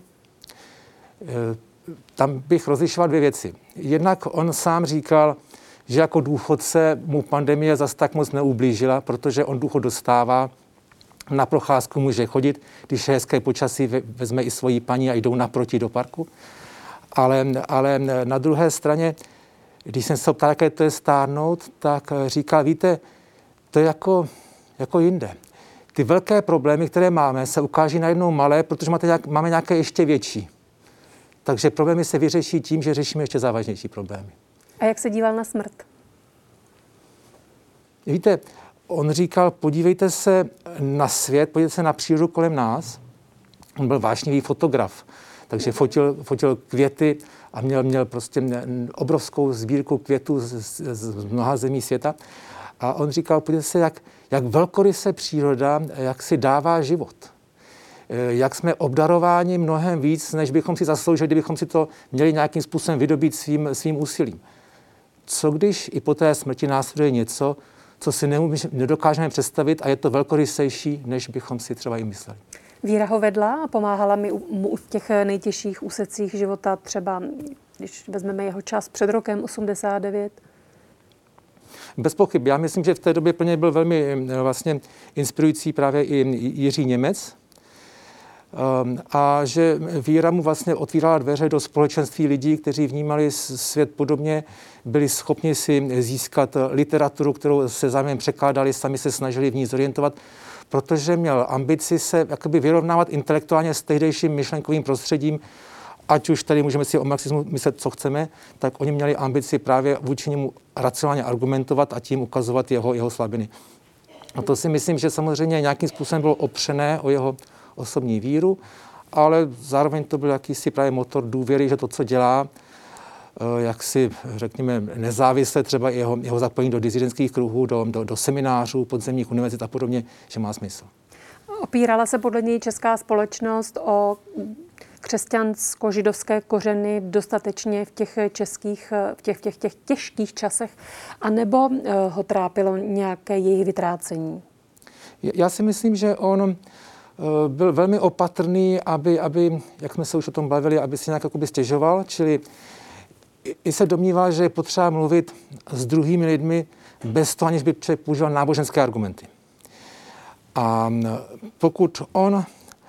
Tam bych rozlišoval dvě věci. Jednak on sám říkal, že jako důchodce mu pandemie zas tak moc neublížila, protože on důchod dostává, na procházku může chodit, když je hezké počasí, vezme i svoji paní a jdou naproti do parku. Ale, ale na druhé straně, když jsem se ptal, jaké to je stárnout, tak říkal, víte, to je jako, jako jinde. Ty velké problémy, které máme, se ukáží najednou malé, protože máte nějak, máme nějaké ještě větší. Takže problémy se vyřeší tím, že řešíme ještě závažnější problémy. A jak se díval na smrt? Víte, on říkal, podívejte se na svět, podívejte se na přírodu kolem nás. On byl vášnivý fotograf, takže fotil, fotil květy a měl, měl prostě obrovskou sbírku květů z, z, z mnoha zemí světa. A on říkal, podívejte se, jak, jak velkoryse příroda, jak si dává život. Jak jsme obdarováni mnohem víc, než bychom si zasloužili, kdybychom si to měli nějakým způsobem vydobít svým, svým úsilím. Co když i po té smrti následuje něco, co si nedokážeme představit a je to velkorysejší, než bychom si třeba i mysleli. Víra ho vedla a pomáhala mi mu v těch nejtěžších úsecích života, třeba když vezmeme jeho čas před rokem osmdesát devět? Bez pochyb. Já myslím, že v té době pro něj byl velmi vlastně inspirující právě i Jiří Němec a že víra mu vlastně otvírala dveře do společenství lidí, kteří vnímali svět podobně, byli schopni si získat literaturu, kterou se zájmem překládali, sami se snažili v ní zorientovat, protože měl ambici se jakoby vyrovnávat intelektuálně s tehdejším myšlenkovým prostředím, ať už tady můžeme si o marxismu myslet, co chceme, tak oni měli ambici právě vůči němu racionálně argumentovat a tím ukazovat jeho, jeho slabiny. A to si myslím, že samozřejmě nějakým způsobem bylo opřené o jeho osobní víru, ale zároveň to byl jakýsi právě motor důvěry, že to, co dělá, jak si řekněme nezávisle, třeba jeho, jeho zapojení do disidentských kruhů, do, do, do seminářů, podzemních univerzit a podobně, že má smysl. Opírala se podle něj česká společnost o křesťansko-židovské kořeny dostatečně v těch českých, v těch, v těch, těch těžkých časech, anebo ho trápilo nějaké jejich vytrácení? Já si myslím, že on byl velmi opatrný, aby, aby, jak jsme se už o tom bavili, aby si nějak jakoby stěžoval, čili i se domnívá, že je potřeba mluvit s druhými lidmi bez toho, aniž by člověk používal náboženské argumenty. A pokud on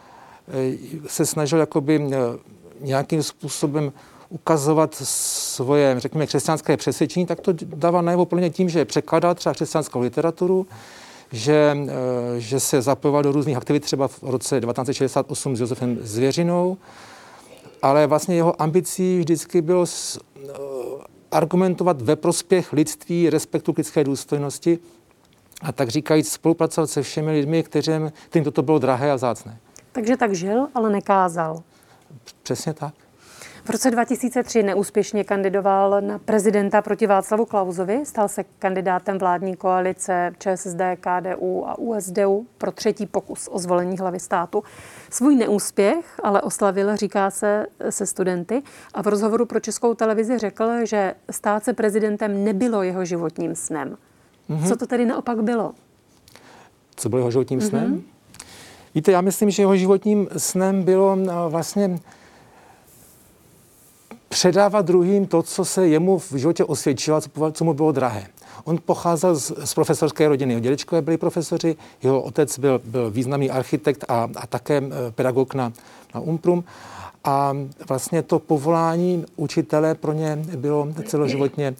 se snažil jakoby nějakým způsobem ukazovat svoje, řekněme, křesťanské přesvědčení, tak to dává najevo plně tím, že překládá třeba křesťanskou literaturu, že, že se zapojoval do různých aktivit, třeba v roce devatenáct set šedesát osm s Josefem Zvěřinou, ale vlastně jeho ambicí vždycky bylo argumentovat ve prospěch lidství, respektu k lidské důstojnosti a tak říkajíc spolupracovat se všemi lidmi, kterým, kterým toto bylo drahé a vzácné. Takže tak žil, ale nekázal. Přesně tak. V roce dva tisíce tři neúspěšně kandidoval na prezidenta proti Václavu Klausovi. Stal se kandidátem vládní koalice ČSSD, K D U a U S D U pro třetí pokus o zvolení hlavy státu. Svůj neúspěch ale oslavil, říká se, se studenty, a v rozhovoru pro Českou televizi řekl, že stát se prezidentem nebylo jeho životním snem. Mm-hmm. Co to tedy naopak bylo? Co bylo jeho životním mm-hmm. snem? Víte, já myslím, že jeho životním snem bylo vlastně předávat druhým to, co se jemu v životě osvědčilo, co mu bylo drahé. On pocházel z, z profesorské rodiny. Jeho dědečkové byli profesoři, jeho otec byl, byl významný architekt a, a také pedagog na, na Umprum. A vlastně to povolání učitele pro ně bylo celoživotně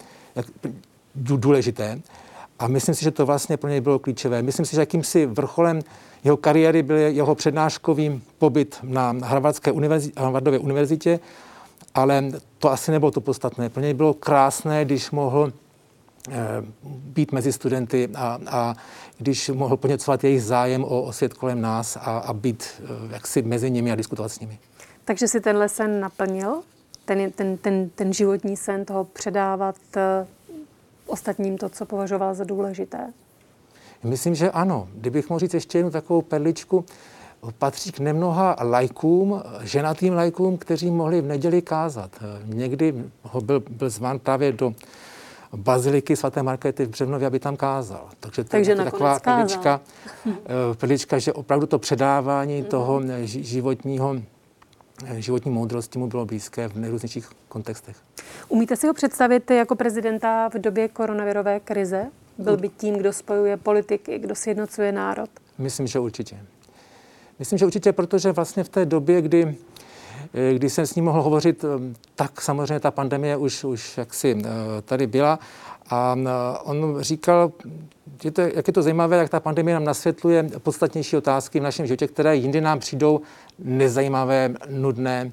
důležité. A myslím si, že to vlastně pro něj bylo klíčové. Myslím si, že jakýmsi vrcholem jeho kariéry byl jeho přednáškový pobyt na Harvardské univerzitě, Harvardově univerzitě, ale to asi nebylo to podstatné. Pro něj bylo krásné, když mohl e, být mezi studenty a, a když mohl podněcovat jejich zájem o, o svět kolem nás a, a být e, jaksi mezi nimi a diskutovat s nimi. Takže si tenhle sen naplnil? Ten, ten, ten, ten životní sen toho předávat e, ostatním to, co považoval za důležité? Myslím, že ano. Kdybych mohl říct ještě jednu takovou perličku, patří k nemnoha lajkům, ženatým lajkům, kteří mohli v neděli kázat. Někdy ho byl, byl zván právě do baziliky svaté Markéty v Břevnově, aby tam kázal. Takže to Takže je taková perlička, perlička, že opravdu to předávání toho životního, životní moudrosti mu bylo blízké v nejrůznějších kontextech. Umíte si ho představit jako prezidenta v době koronavirové krize? Byl by tím, kdo spojuje politiky, kdo sjednocuje národ? Myslím, že určitě. Myslím, že určitě, protože vlastně v té době, kdy, kdy jsem s ním mohl hovořit, tak samozřejmě ta pandemie už, už jaksi tady byla. A on říkal, že to, jak je to zajímavé, jak ta pandemie nám nasvětluje podstatnější otázky v našem životě, které jindy nám přijdou nezajímavé, nudné,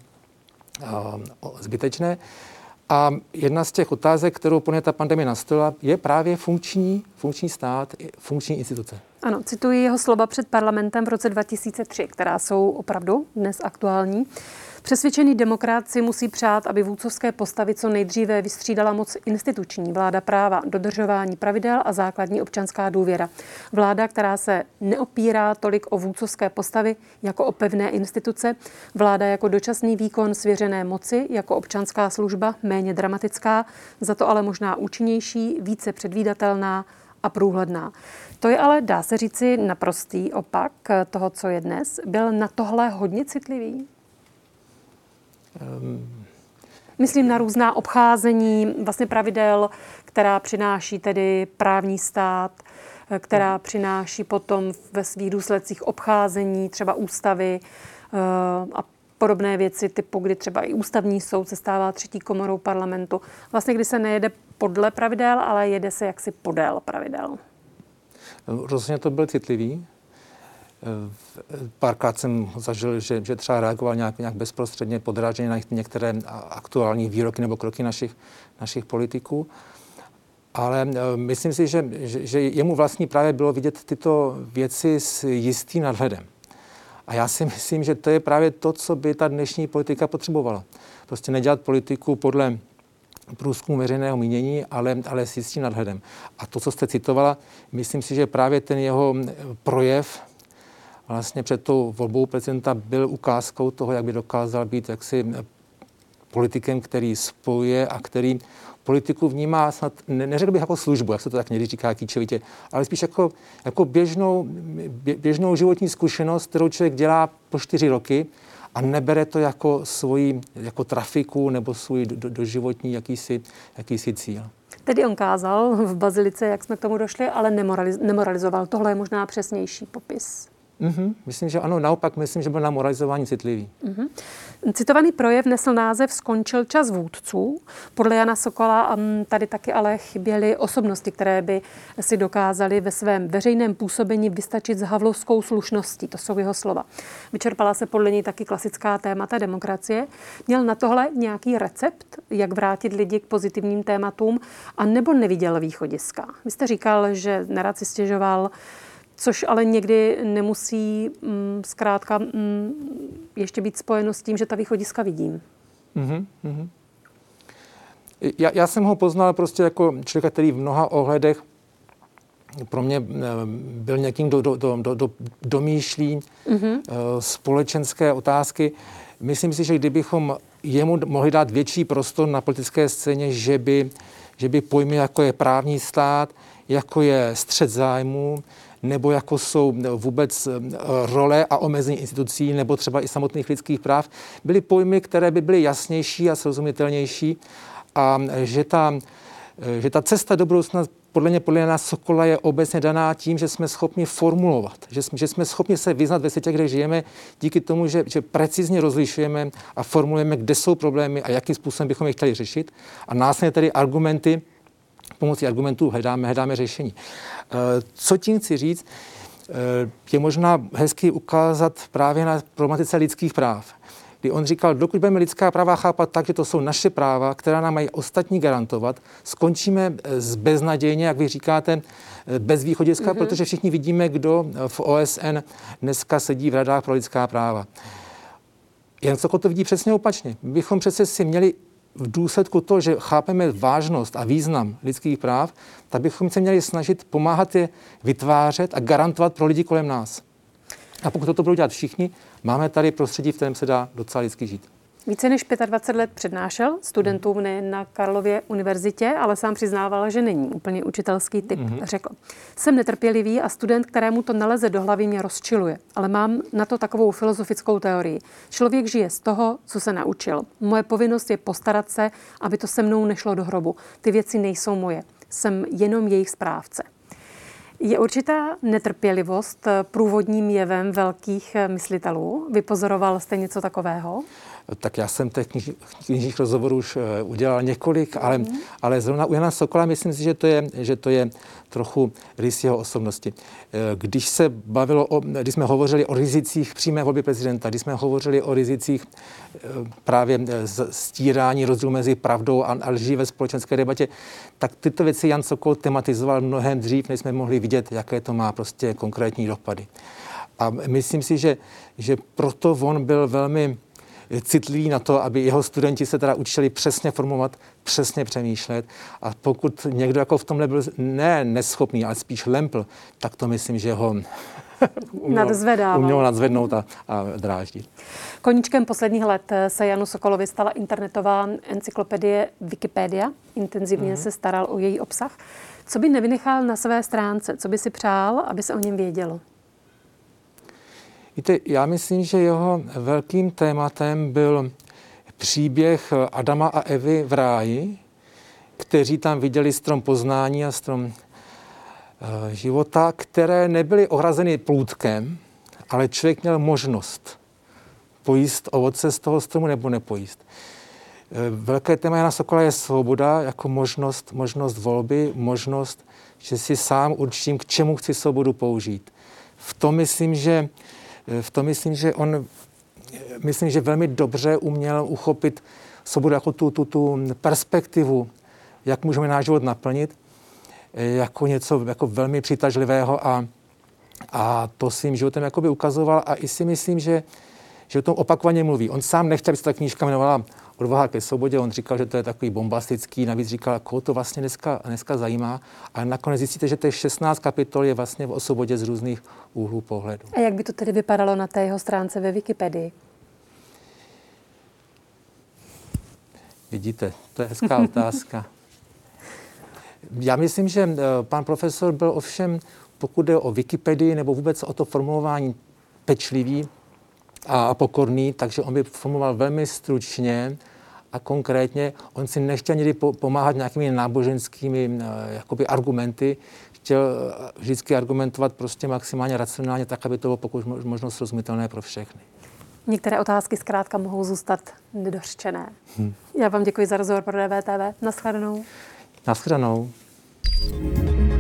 zbytečné. A jedna z těch otázek, kterou po ně ta pandemie nastala, je právě funkční, funkční stát, funkční instituce. Ano, cituji jeho slova před parlamentem v roce dva tisíce tři, která jsou opravdu dnes aktuální. Přesvědčený demokrat si musí přát, aby vůdcovské postavy co nejdříve vystřídala moc instituční, vláda práva, dodržování pravidel a základní občanská důvěra. Vláda, která se neopírá tolik o vůdcovské postavy jako o pevné instituce, vláda jako dočasný výkon svěřené moci, jako občanská služba, méně dramatická, za to ale možná účinnější, více předvídatelná a průhledná. To je ale, dá se říci, naprostý opak toho, co je dnes. Byl na tohle hodně citlivý? Um... Myslím na různá obcházení vlastně pravidel, která přináší tedy právní stát, která přináší potom ve svých důsledcích obcházení třeba ústavy a podobné věci typu, kdy třeba i ústavní soud se stává třetí komorou parlamentu. Vlastně, kdy se nejede podle pravidel, ale jede se jaksi podél pravidel. Rozhodně to byl citlivý. Párkrát jsem zažil, že, že třeba reagoval nějak, nějak bezprostředně podrážděně na některé aktuální výroky nebo kroky našich, našich politiků. Ale myslím si, že, že, že jemu vlastně právě bylo vidět tyto věci s jistým nadhledem. A já si myslím, že to je právě to, co by ta dnešní politika potřebovala. Prostě nedělat politiku podle průzkumu veřejného mínění, ale, ale s jistým nadhledem. A to, co jste citovala, myslím si, že právě ten jeho projev vlastně před tou volbou prezidenta byl ukázkou toho, jak by dokázal být jaksi politikem, který spojuje a který politiku vnímá snad, ne, neřekl bych jako službu, jak se to tak někdy říká kýčovitě, ale spíš jako, jako běžnou, běžnou životní zkušenost, kterou člověk dělá po čtyři roky a nebere to jako svoji jako trafiku nebo svůj do, doživotní jakýsi, jakýsi cíl. Tedy on kázal v bazilice, jak jsme k tomu došli, ale nemoraliz, nemoralizoval. Tohle je možná přesnější popis. Mm-hmm. Myslím, že ano, naopak myslím, že byl na moralizování citlivý. Mm-hmm. Citovaný projev nesl název Skončil čas vůdců. Podle Jana Sokola tady taky ale chyběly osobnosti, které by si dokázaly ve svém veřejném působení vystačit s havlovskou slušností. To jsou jeho slova. Vyčerpala se podle něj taky klasická témata demokracie. Měl na tohle nějaký recept, jak vrátit lidi k pozitivním tématům, a nebo neviděl východiska? Vy jste říkal, že nerad si stěžoval, což ale někdy nemusí mm, zkrátka mm, ještě být spojeno s tím, že ta východiska vidím. Mm-hmm, mm-hmm. Já, já jsem ho poznal prostě jako člověka, který v mnoha ohledech pro mě byl někým, kdo do, do, do, do, domýšlí mm-hmm. společenské otázky. Myslím si, že kdybychom jemu mohli dát větší prostor na politické scéně, že by, že by pojmy, jako je právní stát, jako je střet zájmů, nebo jako jsou vůbec role a omezení institucí, nebo třeba i samotných lidských práv, byly pojmy, které by byly jasnější a srozumitelnější, a že ta, že ta cesta do budoucna podle mě, podle nás Sokola je obecně daná tím, že jsme schopni formulovat, že jsme, že jsme schopni se vyznat ve světě, kde žijeme, díky tomu, že, že precizně rozlišujeme a formulujeme, kde jsou problémy a jakým způsobem bychom je chtěli řešit, a následně tedy argumenty, pomocí argumentů hledáme, hledáme řešení. Co tím chci říct, je možná hezky ukázat právě na problematice lidských práv. Kdy on říkal, dokud budeme lidská práva chápat tak, že to jsou naše práva, která nám mají ostatní garantovat, skončíme s beznadějně, jak vy říkáte, bez východiska, mm-hmm. protože všichni vidíme, kdo v O S N dneska sedí v radách pro lidská práva. Jen Sokol to vidí přesně opačně. My bychom přece si měli v důsledku toho, že chápeme vážnost a význam lidských práv, tak bychom se měli snažit pomáhat je vytvářet a garantovat pro lidi kolem nás. A pokud toto budou dělat všichni, máme tady prostředí, v kterém se dá docela lidsky žít. Více než dvacet pět let přednášel studentům nejen na Karlově univerzitě, ale sám přiznával, že není úplně učitelský typ. Mm-hmm. Řekl, jsem netrpělivý a student, kterému to neleze do hlavy, mě rozčiluje. Ale mám na to takovou filozofickou teorii. Člověk žije z toho, co se naučil. Moje povinnost je postarat se, aby to se mnou nešlo do hrobu. Ty věci nejsou moje. Jsem jenom jejich správce. Je určitá netrpělivost průvodním jevem velkých myslitelů? Vypozoroval jste něco takového? Tak já jsem těch kniž, knižních rozhovorů už udělal několik, ale, mm. ale zrovna u Jana Sokola myslím si, že to je, že to je trochu rys jeho osobnosti. Když se bavilo o, když jsme hovořili o rizicích přímé volby prezidenta, když jsme hovořili o rizicích právě stírání rozdílu mezi pravdou a lží ve společenské debatě, tak tyto věci Jan Sokol tematizoval mnohem dřív, než jsme mohli vidět, jaké to má prostě konkrétní dopady. A myslím si, že, že proto on byl velmi citlivý na to, aby jeho studenti se teda učili přesně formulovat, přesně přemýšlet. A pokud někdo jako v tomhle byl ne neschopný, ale spíš lempl, tak to myslím, že ho umělo, umělo nadzvednout a, a dráždit. Koníčkem posledních let se Janu Sokolovi stala internetová encyklopedie Wikipedia. Intenzivně mm-hmm. se staral o její obsah. Co by nevynechal na své stránce? Co by si přál, aby se o něm vědělo? Víte, já myslím, že jeho velkým tématem byl příběh Adama a Evy v ráji, kteří tam viděli strom poznání a strom života, které nebyly ohrazeny plůtkem, ale člověk měl možnost pojíst ovoce z toho stromu nebo nepojíst. Velké téma Jana Sokola je svoboda jako možnost, možnost volby, možnost, že si sám určím, k čemu chci svobodu použít. V tom myslím, že, v tom myslím, že on myslím, že velmi dobře uměl uchopit svobodu jako tu, tu, tu perspektivu, jak můžeme náš život naplnit, jako něco jako velmi přitažlivého a, a to svým životem jakoby ukazoval a i si myslím, že, že o tom opakovaně mluví. On sám nechtěl, aby se ta knížka jmenovala Odvaha ke svobodě, on říkal, že to je takový bombastický, navíc říkal, koho to vlastně dneska, dneska zajímá, ale nakonec zjistíte, že těch šestnáct kapitol je vlastně o svobodě z různých úhlů pohledu. A jak by to tedy vypadalo na té jeho stránce ve Wikipedii? Vidíte, to je hezká otázka. Já myslím, že pan profesor byl ovšem, pokud jde o Wikipedii nebo vůbec o to formulování pečlivý a pokorný, takže on by formuloval velmi stručně a konkrétně. On si nechtěl někdy pomáhat nějakými náboženskými jakoby argumenty, chtěl vždycky argumentovat prostě maximálně racionálně, tak, aby to bylo pokud možno srozumitelné pro všechny. Některé otázky zkrátka mohou zůstat nedořčené. Hmm. Já vám děkuji za rozhovor pro D V T V. Naschledanou. Naschledanou.